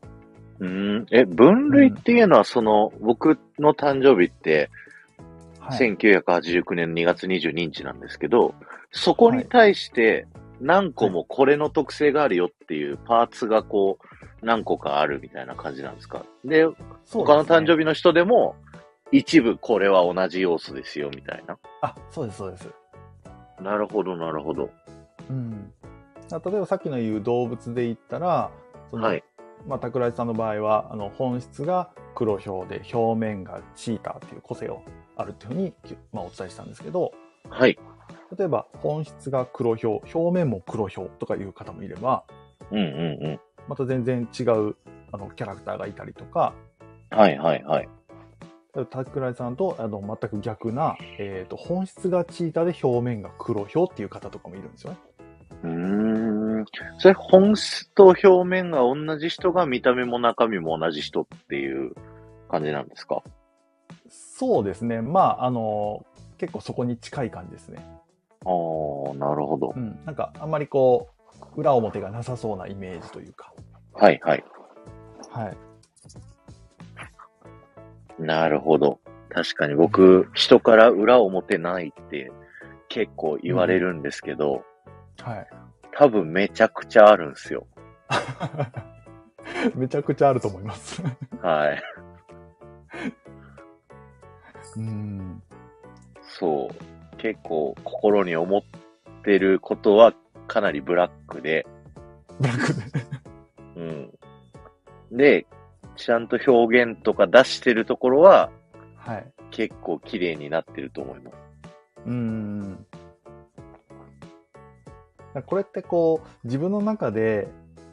分類っうん。 ていうのは、僕の誕生日って、 はい。 1989年2月22日なんですけど、そこはい。 に対して何個はい。 もこれの特性があるよっていうパーツが何個かあるみたいな感じなんですか？で、 そう他のですね。 誕生日の人でも、一部これは同じ要素ですよみたいな。 あ、そうです、そうです。 なるほど、なるほど。 うん。例えばさっきの言う動物で言ったら、 はい。 まあ、桜井さんの場合は、本質が黒ヒョウで、表面がチーターっていう個性をあるっていうふうに、まあ、お伝えしたんですけど、 はい。 例えば本質が黒ヒョウ、表面も黒ヒョウとかいう方もいれば、 うんうんうん。 また全然違うキャラクターがいたりとか、 はいはいはい。 桜井さんと全く逆な、本質がチーターで表面が黒ヒョウっていう方とかもいるんですよね。 うーん。それ本質と表面が同じ人が見た目も中身も同じ人っていう感じなんですか？ そうですね。まあ、結構そこに近い感じですね。 ああ、なるほど。 うん。なんか、あんまりこう、裏表がなさそうなイメージというか。 はいはい。 はい。 なるほど。確かに僕、人から裏表ないって結構言われうんうん。 るんですけど、 はい。 多分めちゃくちゃあるんですよ。 めちゃくちゃあると思います。 はい。 うん。 そう。結構心に思ってることはかなりブラックで、 ブラックで。 うん。で、ちゃんと表現とか出してるところははい。 結構綺麗になってると思います。 うん。 これってこう、自分の中で、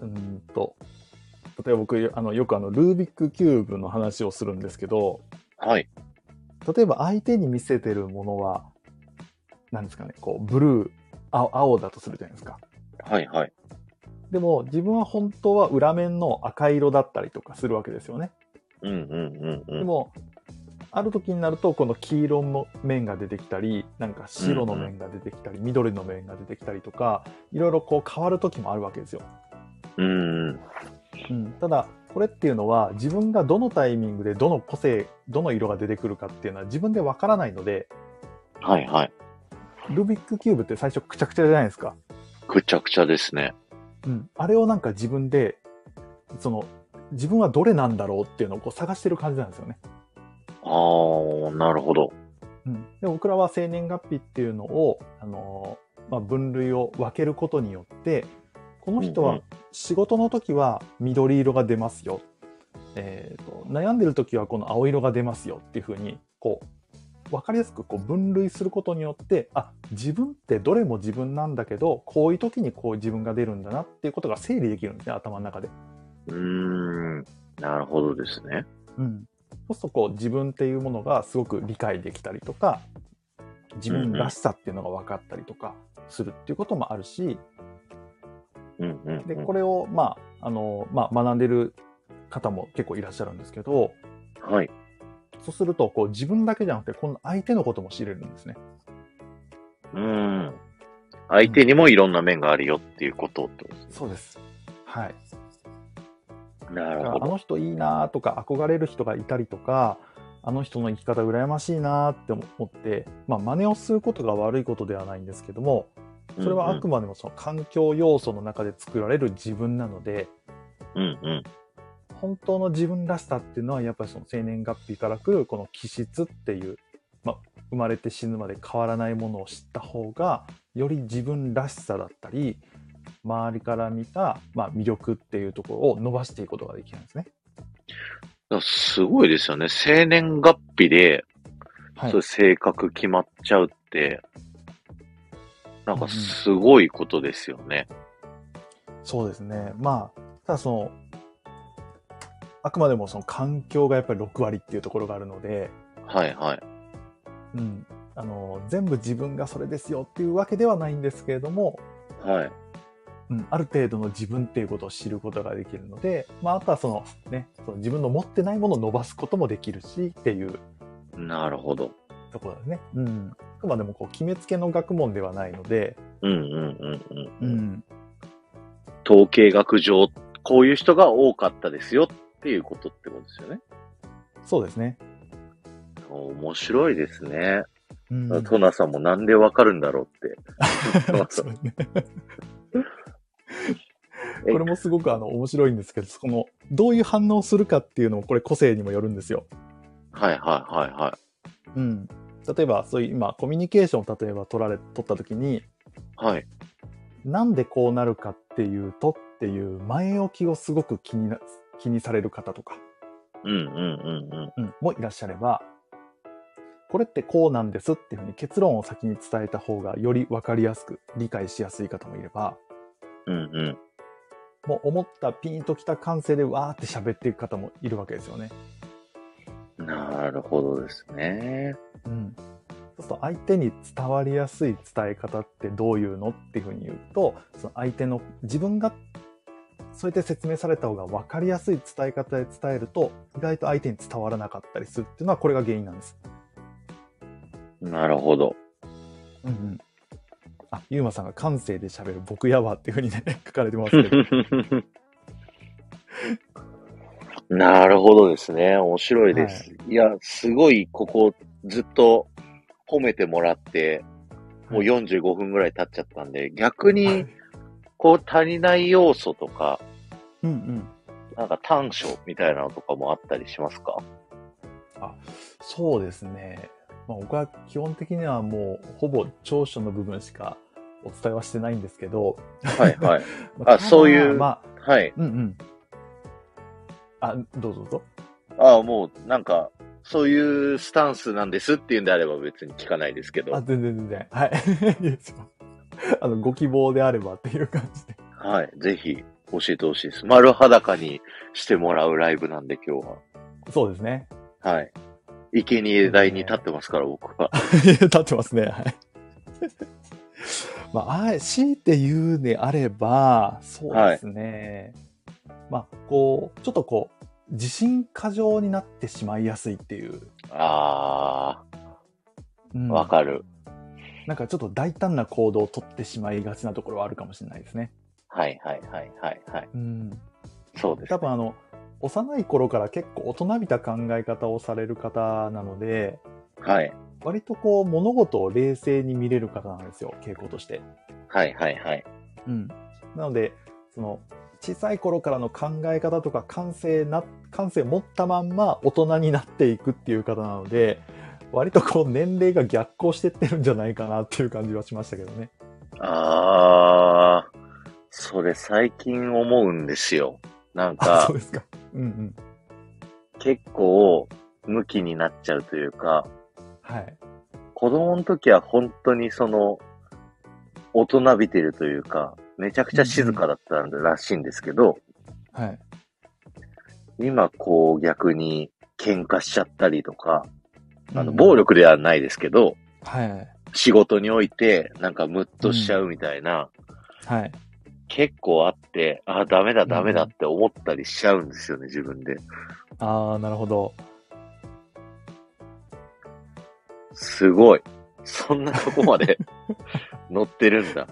例えば僕、よくルービックキューブの話をするんですけど、 はい。 例えば相手に見せてるものは、何ですかね、こう、ブルー、青だとするじゃないですか。 はいはい。 でも、自分は本当は裏面の赤色だったりとかするわけですよね。 うんうんうんうん。 でも、ある時になると、この黄色の面が出てきたり、なんか白の面が出てきたり、緑の面が出てきたりとか、いろいろこう変わる時もあるわけですよ。 うんただ、これっていうのは、自分がどのタイミングでどの個性、どの色が出てくるかっていうのは自分でわからないので、 はいはい。 ルービックキューブって最初くちゃくちゃじゃないですか。 くちゃくちゃですね。 あれをなんか自分で、自分はどれなんだろうっていうのをこう探してる感じなんですよね。 ああ、なるほど。 で僕らは生年月日っていうのを、分類を分けることによって、この人は仕事の時は緑色が出ますよ。悩んでる時はこの青色が出ますよっていうふうに、こう、分かりやすくこう分類することによって、自分ってどれも自分なんだけど、こういう時にこう自分が出るんだなっていうことが整理できるんですね、頭の中で。 なるほどですね。 そうするとこう自分っていうものがすごく理解できたりとか、自分らしさっていうのが分かったりとかするっていうこともあるし、で、これを、学んでる方も結構いらっしゃるんですけど、 はい。 そうすると、こう自分だけじゃなくて、この相手のことも知れるんですね。 相手にもいろんな面があるよっていうことってことですね。 そうです。はい。 なるほど。 あの人いいなとか、憧れる人がいたりとか、あの人の生き方羨ましいなって思って、真似をすることが悪いことではないんですけども、それはあくまでもその環境要素の中で作られる自分なので、本当の自分らしさっていうのはやっぱりその生年月日から来るこの気質っていう、生まれて死ぬまで変わらないものを知った方がより自分らしさだったり周りから見た、魅力っていうところを伸ばしていくことができるんですね。 すごいですよね。生年月日で、そういう性格決まっちゃうって、なんかすごいことですよね。 そうですね。ただあくまでもその環境がやっぱり6割っていうところがあるので、 はいはい。 全部自分がそれですよっていうわけではないんですけれども、 はい。 ある程度の自分っていうことを知ることができるので、あとはその自分の持ってないものを伸ばすこともできるしっていう。 なるほど。 ところですね。あくまでもこう決めつけの学問ではないので、 統計学上、こういう人が多かったですよっていうことってことですよね。 そうですね。 面白いですね。トナさんもなんでわかるんだろうって。 そうですね。これもすごく面白いんですけど、どういう反応をするかっていうのもこれ個性にもよるんですよ。 はいはいはいはい。 例えばそういう今コミュニケーションを例えば取った時に、 はい。 なんでこうなるかっていうとっていう前置きをすごく気にされる方とか、もいらっしゃれば、これってこうなんですっていうふうに結論を先に伝えた方がより分かりやすく理解しやすい方もいれば、もう思ったピンときた感性でわーって喋っていく方もいるわけですよね。 なるほどですね。 そうすると相手に伝わりやすい伝え方ってどういうのっていうふうに言うと、その相手の自分がそうやって説明された方が分かりやすい伝え方で伝えると意外と相手に伝わらなかったりするっていうのはこれが原因なんです。 なるほど。 ゆうまさんが感性で喋る僕やわっていうふうにね書かれてますけど。 なるほどですね。面白いです。いや、すごいここずっと褒めてもらって、もう45分ぐらい経っちゃったんで、逆にこう足りない要素とか、なんか短所みたいなのとかもあったりしますか？ そうですね。僕は基本的にはもうほぼ長所の部分しかお伝えはしてないんですけど。 はいはい。そういう、はい。 どうぞどうぞ。 もうなんか、そういうスタンスなんですっていうんであれば別に聞かないですけど。 全然。はい。いいですよ。 ご希望であればっていう感じで。 はい。ぜひ教えてほしいです。丸裸にしてもらうライブなんで今日そうですね。 は。はい。生贄台に立ってますから、僕は。 立ってますね。はい。まあ、強いて言うであれば、そうではい。 すね。まあ、ちょっと自信過剰になってしまいやすいっていう。 あー、わうん。 かる。 なんかちょっと大胆な行動を取ってしまいがちなところはあるかもしれないですね。 はいはいはいはいはい。 うん。 そうですね。 多分幼い頃から結構大人びた考え方をされる方なので、 はい。 割と物事を冷静に見れる方なんですよ、傾向として。 はいはいはい。 うん。なので、小さい頃からの考え方とか感性を持ったまんま大人になっていくっていう方なので、割と年齢が逆行してってるんじゃないかなっていう感じはしましたけどね。 あー、それ最近思うんですよ。なんあ、そか、 うですか。うんうん。 結構、向きになっちゃうというか、 はい。 子供の時は本当に大人びてるというか、めちゃくちゃ静かだったらしいんですけど、 はい。 今逆に喧嘩しちゃったりとか、 うんうん。 暴力ではないですけど、 はい。 仕事においてなんかムッうん。 としちゃうみたいな、 はい。 結構あって、あ、ダメだうんうダメだっん。 て思ったりしちゃうんですよね、自分で。 ああ、なるほど。 すごい。そんなとこまで乗ってるんだ。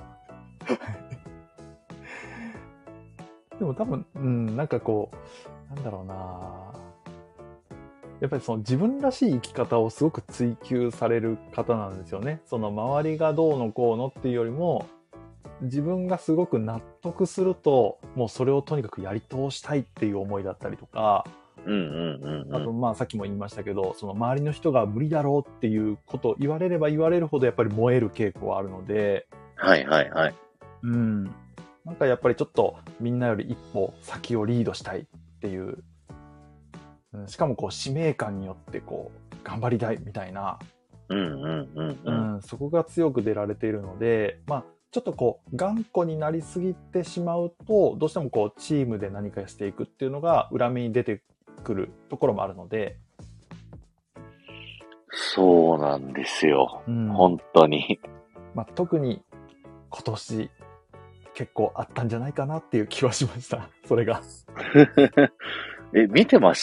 でも多分、うん、なんかなんだろうな。やっぱり自分らしい生き方をすごく追求される方なんですよね。周りがどうのこうのっていうよりも、自分がすごく納得すると、もうそれをとにかくやり通したいっていう思いだったりとか、 うんうんうんうん。 あとまあさっきも言いましたけど、周りの人が無理だろうっていうことを言われれば言われるほどやっぱり燃える傾向はあるので、 はいはいはい。 うん。なんかやっぱりちょっとみんなより一歩先をリードしたいっていう、しかも使命感によって頑張りたいみたいな、 うんうんうんうん。 そこが強く出られているので、まあ、ちょっと頑固になりすぎてしまうと、どうしてもチームで何かしていくっていうのが裏目に出てくるところもあるので、 そうなんですよ。 うん。 本当に。 まあ、特に今年結構あったんじゃないかなっていう気はしました。それが。 え、見てました？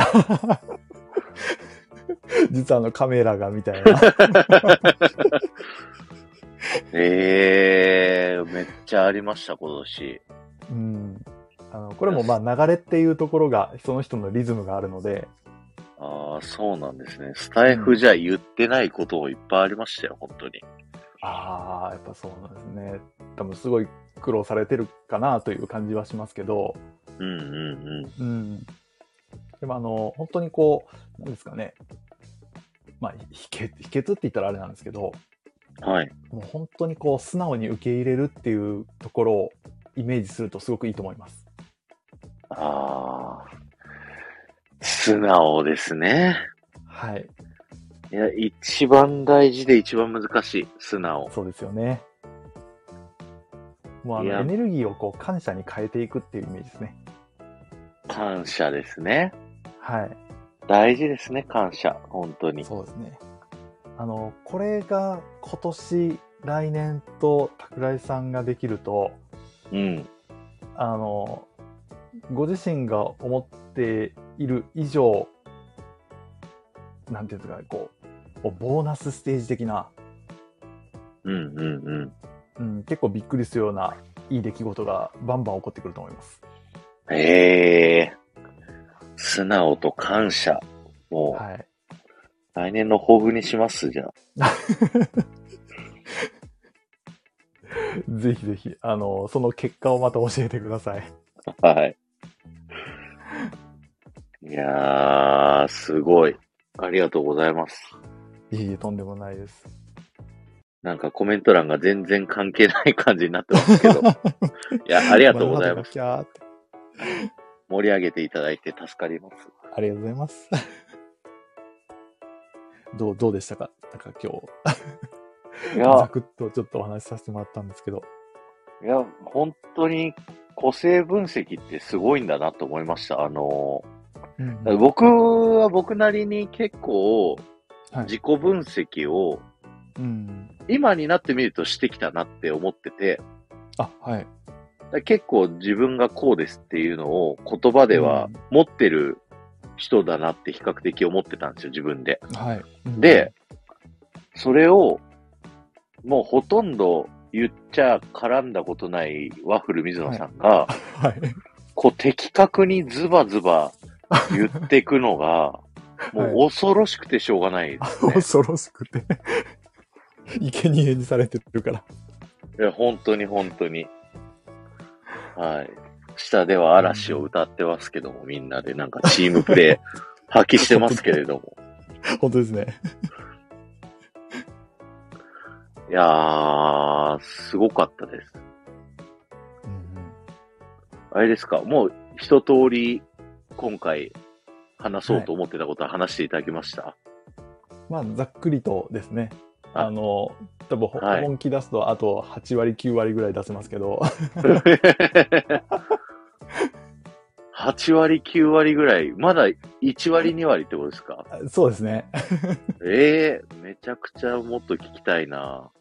実はカメラがみたいな。 めっちゃありました、今年。 うん。これもまあ流れっていうところがその人のリズムがあるので、 ああ、そうなんですね。スタイフうん。 じゃ言ってないこともいっぱいありましたよ、本当に。 ああ、やっぱそうなんですね。多分すごい苦労されてるかなという感じはしますけど、 うんうんうん。でも本当になんですかね。まあ、秘訣って言ったらあれなんですけど、 うん。はい。 もう本当に素直に受け入れるっていうところをイメージするとすごくいいと思います。 ああ、素直ですね。 はい。 いや、一番大事で一番難しい。素直。 そうですよね。もういや、 エネルギーを感謝に変えていくっていうイメージですね。 感謝ですね。 はい。 大事ですね、感謝。本当に。 そうですね。これが今年、来年と桜井さんができると、 うん。 ご自身が思っている以上、なんていうんですかね、ボーナスステージ的な、 うんうんうん。 結構びっくりするようないい出来事がバンバン起こってくると思います。 ええ、素直と感謝。もはい。 う、来年の抱負にします、じゃぜひぜひ、その結果をまた教えてください。 あ。はい。いやー、すごい。ありがとうございます。 いえいえ、とんでもないです。 なんかコメント欄が全然関係ない感じになってますけど。いや、ありがとう丸肌ございます。 がキャーって。 盛り上げていただいて助かります。 ありがとうございます。どうでしたかなんか今日。 いや、 ざくっとちょっとお話しさせてもらったんですけど。 いや、本当に個性分析ってすごいんだなと思いました。 うん僕は僕なりに結構うん。はい。 自己分析をうん。 今になってみるとしてきたなって思ってて、 あ、はい。 結構自分がこうですっていうのを言葉ではうん。 持ってる人だなって比較的思ってたんですよ、自分で。 はい。うん。 で、それをもうほとんど言っちゃ絡んだことないワッフル水野はい。 さんが、 はい。 こう的確にズバズバ言っていくのが、もはい。 う恐ろしくてしょうがないですね。 恐ろしくて生贄にされてるから。 いや、本当に本当に。はい。下では嵐を歌ってますけども、みんなでなんかチームプレー発揮してますけれども。 本当ですね。 いやー、すごかったです。 うんうん。 あれですか、もう一通り今回話そうはい。 と思ってたことは話していただきました？ まあ、ざっくりとですね。 あ、 多分はい。 本気出すとあと8割、9割ぐらい出せますけど。 8割、9割ぐらい、まだ1割、2割ってことですか？ そうですね。 ええー、めちゃくちゃもっと聞きたいな。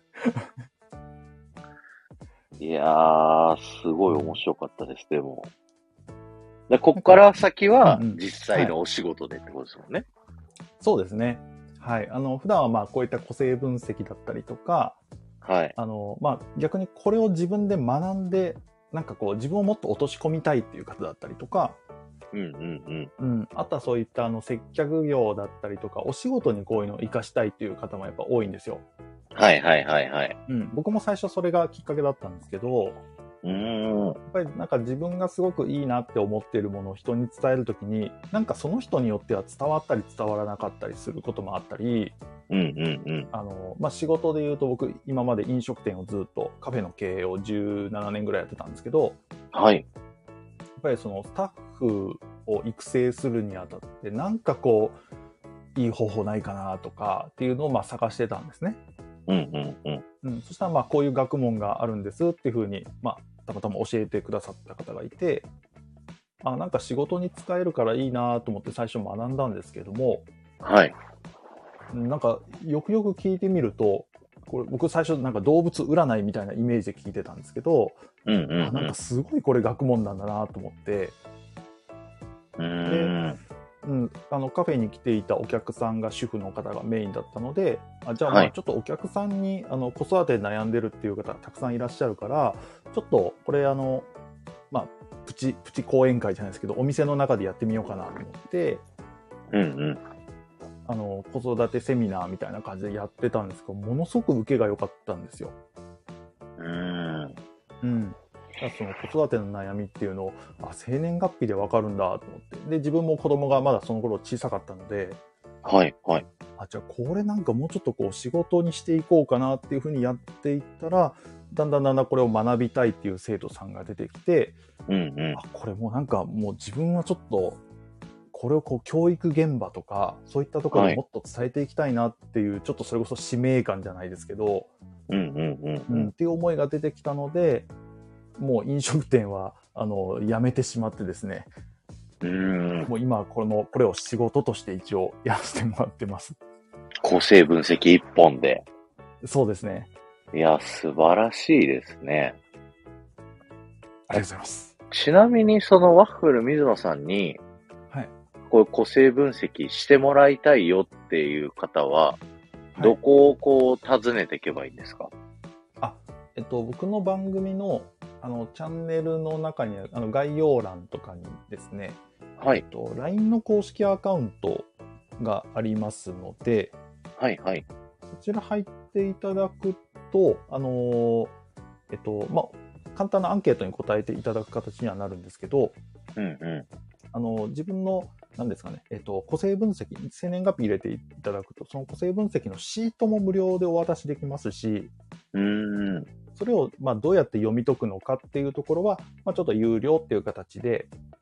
いやー、すごい面うん。 白かったです、でも。こなんか、 っから先はうんうん。 実はい。 際のお仕事でってことですもんね。 そうですね。はい。普段はまあ、こういった個性分析だったりとか、 はい。 まあ、逆にこれを自分で学んで、なんかこう、自分をもっと落とし込みたいっていう方だったりとか、 うんうんうん。 うん。あとはそういった接客業だったりとか、お仕事にこういうのを活かしたいっていう方もやっぱ多いんですよ。 はいはいはいはい。 うん。僕も最初それがきっかけだったんですけど、 うーん。 やっぱりなんか自分がすごくいいなって思っているものを人に伝えるときに、なんかその人によっては伝わったり伝わらなかったりすることもあったり、 うんうんうん。 まあ、仕事で言うと僕今まで飲食店をずっとカフェの経営を17年ぐらいやってたんですけど、 はい。 やっぱりそのスタッフを育成するにあたってなんかこういい方法ないかなとかっていうのをまあ探してたんですね。 うんうんうん。 うん、そしたらまあこういう学問があるんですっていうふうに、まあ、たまたま教えてくださった方がいて、なんか仕事に使えるからいいなと思って最初学んだんですけども、 はい。 なんかよくよく聞いてみると、これ僕最初なんか動物占いみたいなイメージで聞いてたんですけど、 うんうなんかんすごいこれ学問なんだなと思って、 うん。 で、 うーん。 うん、カフェに来ていたお客さんが主婦の方がメインだったので、じゃあはい。 まあちょっとお客さんに子育てで悩んでるっていう方たくさんいらっしゃるから、ちょっとこれまあプチ講演会じゃないですけど、お店の中でやってみようかなと思って、 うんうん。 子育てセミナーみたいな感じでやってたんですけど、ものすごく受けが良かったんですよ。 うーん。 うん。だからその子育ての悩みっていうのを、生年月日でわかるんだと思って。で、自分も子供がまだその頃小さかったので、 はいはい。 じゃあこれなんかもうちょっとこう仕事にしていこうかなっていうふうにやっていったら、だんだんだんだんこれを学びたいっていう生徒さんが出てきて、 うんうん。 これもうなんかもう自分はちょっと、これをこう教育現場とか、そういったところはい。 でもっと伝えていきたいなっていう、ちょっとそれこそ使命感じゃないですけど、 うんうんうんうん。 っていう思いが出てきたので、もう飲食店は、辞めてしまってですね、 うーん。 もう今はこれを仕事として一応やらせてもらってます。 個性分析一本で。 そうですね。 いや、素晴らしいですね。 ありがとうございます。 ちなみにそのワッフル水野さんに、 はい。 こういう個性分析してもらいたいよっていう方は、 はい。 どこをこう訪ねていけばいいんですか？ あ、僕の番組の、チャンネルの中にある、概要欄とかにですね、 はい。 LINE の公式アカウントがありますので、 はいはい。 そちら入っていただくと、まあ、簡単なアンケートに答えていただく形にはなるんですけど、 うんう自分の、何ですかね、個性分析、生年月日入れていただくと、その個性分析のシートも無料でお渡しできますし、 ん。うーん。 それを、まあ、どうやって読み解くのかっていうところは、まあ、ちょっと有料っていう形で、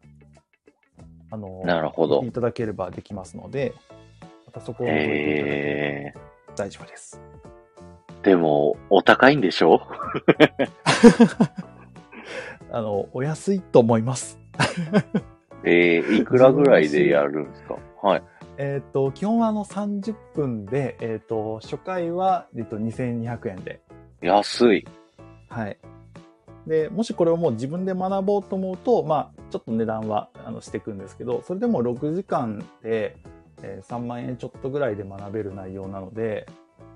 なるほど。 見ていただければできますので、またそこを覗いていただければへー。 大丈夫です。 でも、お高いんでしょ？ お安いと思います。 いくらぐらいでやるんですか？はい。 基本は30分で、初回は、2200円で。 安い。 はい。で、もしこれをもう自分で学ぼうと思うと、まあ、ちょっと値段はしていくんですけど、それでも6時間で、3万円ちょっとぐらいで学べる内容なので、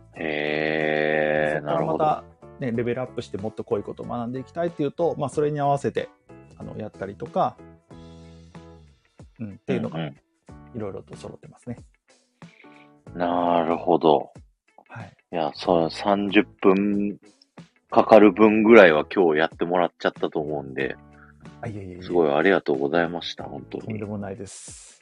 そこかなるほど。 らまた、ね、レベルアップしてもっとこういうことを学んでいきたいっていうと、まあ、それに合わせて、やったりとか、っていうのが、いろいろと揃ってますね。 なるほど。 はい。 いや、そう、30分かかる分ぐらいは今日やってもらっちゃったと思うんで、 いえいえいえ。 すごいありがとうございました、本当に。 とんでもないです。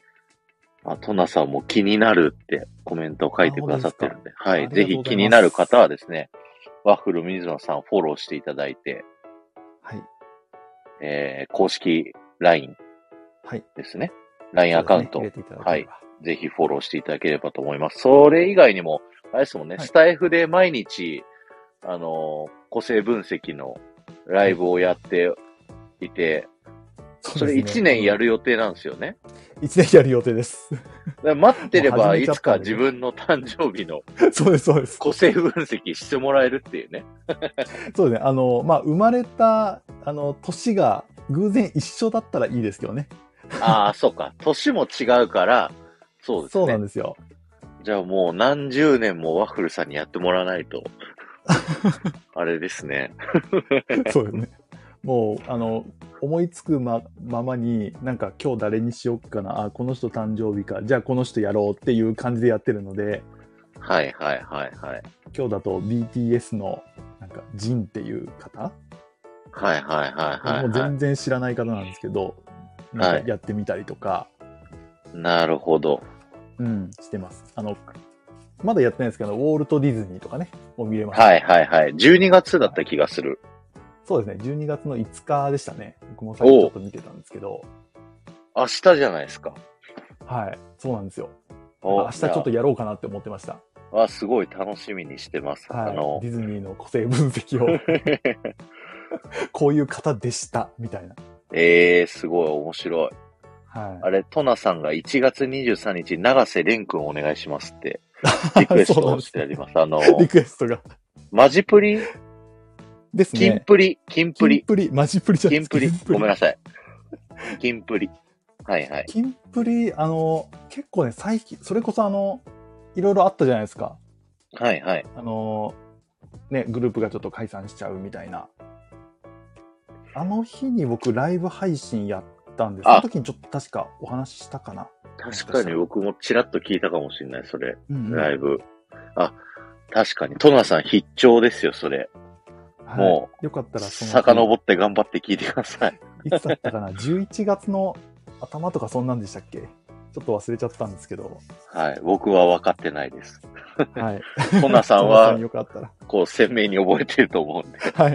トナさんも気になるってコメントを書いてくださってるんで、はい。ぜひ気にななる方はですね、ワッフル水野さんフォローしていただいて、 はい。 公式 LINE ですね。LINE アカウント、はい。ぜひフォローしていただければと思います。それ以外にも、あれですもんね、スタイフで毎日、個性分析のライブをやっていて、それ1年やる予定なんですよね。 1年やる予定です。 待ってれば、いつか自分の誕生日のそうです、そうです。 個性分析してもらえるっていうね。 そうですね。まあ、生まれた、年が偶然一緒だったらいいですけどね。 ああ、そうか。年も違うから、そうですね。 そうなんですよ。 じゃあもう何十年もワッフルさんにやってもらわないと、あれですね。 そうですね。もう、思いつくままに、なんか今日誰にしよっかな、あ、この人誕生日か、じゃあこの人やろうっていう感じでやってるので、 はいはいはいはい。 今日だと BTS の、なんか、ジンっていう方、 はいはいはいはい、 もう全然知らない方なんですけど、なんかやってみたりとか、 なるほど。 してます。まだやってないですけど、ウォルト・ディズニーとかね、もう見れます。 はいはいはい。12月だった気がする。 そうですね、12月の5日でしたね。僕もさっきちょっと見てたんですけど。 明日じゃないですか。 はい、そうなんですよ。明日ちょっとやろうかなって思ってました。 すごい楽しみにしてます。 はい、ディズニーの個性分析を。こういう方でした、みたいな。 すごい面白い。 はい。 あれ、トナさんが1月23日、長瀬廉君お願いしますって、リクエストをしてあります。 リクエストが。 マジプリですね。 キンプリ。キンプリ。 マジプリじゃないですか。 キンプリ。ごめんなさい。キンプリ。はいはい。 キンプリ、結構ね、最近、それこそいろいろあったじゃないですか。 はいはい。 ね、グループがちょっと解散しちゃうみたいな。あの日に僕ライブ配信やったんです。その時にちょっと確かお話ししたかな。 確かに僕もちらっと聞いたかもしれない、それ。ライブ。確かに。トナさん必聴ですよ、それ。もう、 よかったら遡って頑張って聞いてください。 いつだったかな11月の頭とかそんなんでしたっけ？ちょっと忘れちゃったんですけど。 はい。僕は分かってないです。 はい。 トナさんは、 よかったらこう、鮮明に覚えてると思うんで。 はい。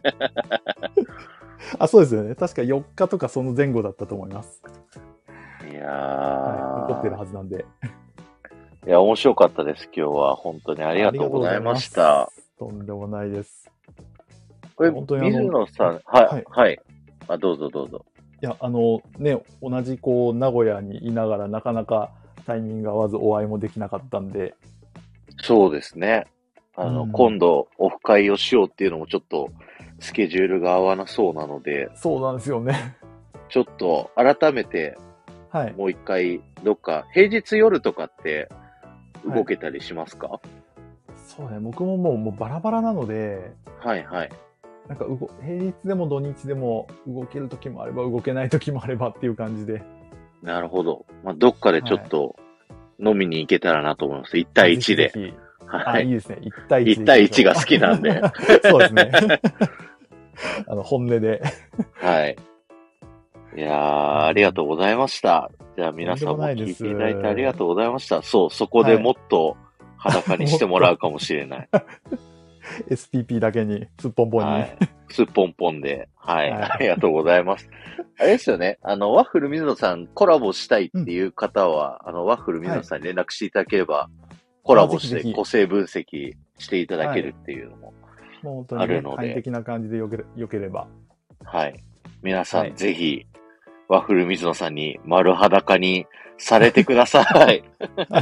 そうですよね。確か4日とかその前後だったと思います。 いや残ってるはずなんで。 いや、面白かったです、今日は。本当にありがとうございました。 とんでもないです。 これ、水野さん、はい。どうぞどうぞ。 いや、ね、同じ名古屋にいながらなかなかタイミング合わずお会いもできなかったんで。 そうですね。今度、オフ会をしようっていうのもちょっと、スケジュールが合わなそうなので。 そうなんですよね。 ちょっと、改めて、もう一回、どっか、平日夜とかって、動けたりしますか？ そうね、僕ももうバラバラなので。 はいはい。 なんか平日でも土日でも動ける時もあれば動けない時もあればっていう感じで。 なるほど。どっかでちょっと飲みに行けたらなと思います。1対1で。 はい。いいですね。1対 1。1対1が好きなんで。 そうですね。本音で。 はい。いやー、ありがとうございました。じゃあ皆さんも聞いていただいてありがとうございました。そう、そこでもっと裸にしてもらうかもしれない。 SPP だけに、すっぽんぽんに。はい、 すっぽんぽんで。はい。ありがとうございます。あれですよね。ワッフル水野さんコラボしたいっていう方は、ワッフル水野さんに連絡していただければ、 コラボしぜひぜひて個性分析していただけるっていうのも、 もう本当に、ね、 あるので簡易的な感じでよければ。 はい。皆さん、 はい、 ぜひ、ワッフル水野さんに丸裸にされてください。 はい、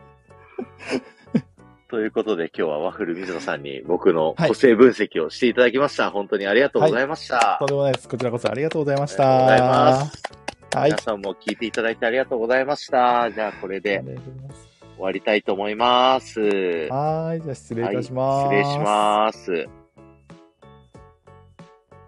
ということで、今日はワッフル水野さんに僕の個性分析をしていただきました。本当にありがとうございました。 とんでもないです。こちらこそありがとうございました。 ありがとうございます。 はい。 皆さんも聞いていただいてありがとうございました。じゃあ、これで終わりたいと思います。 はい。じゃあ、失礼いたします。 はい、失礼します。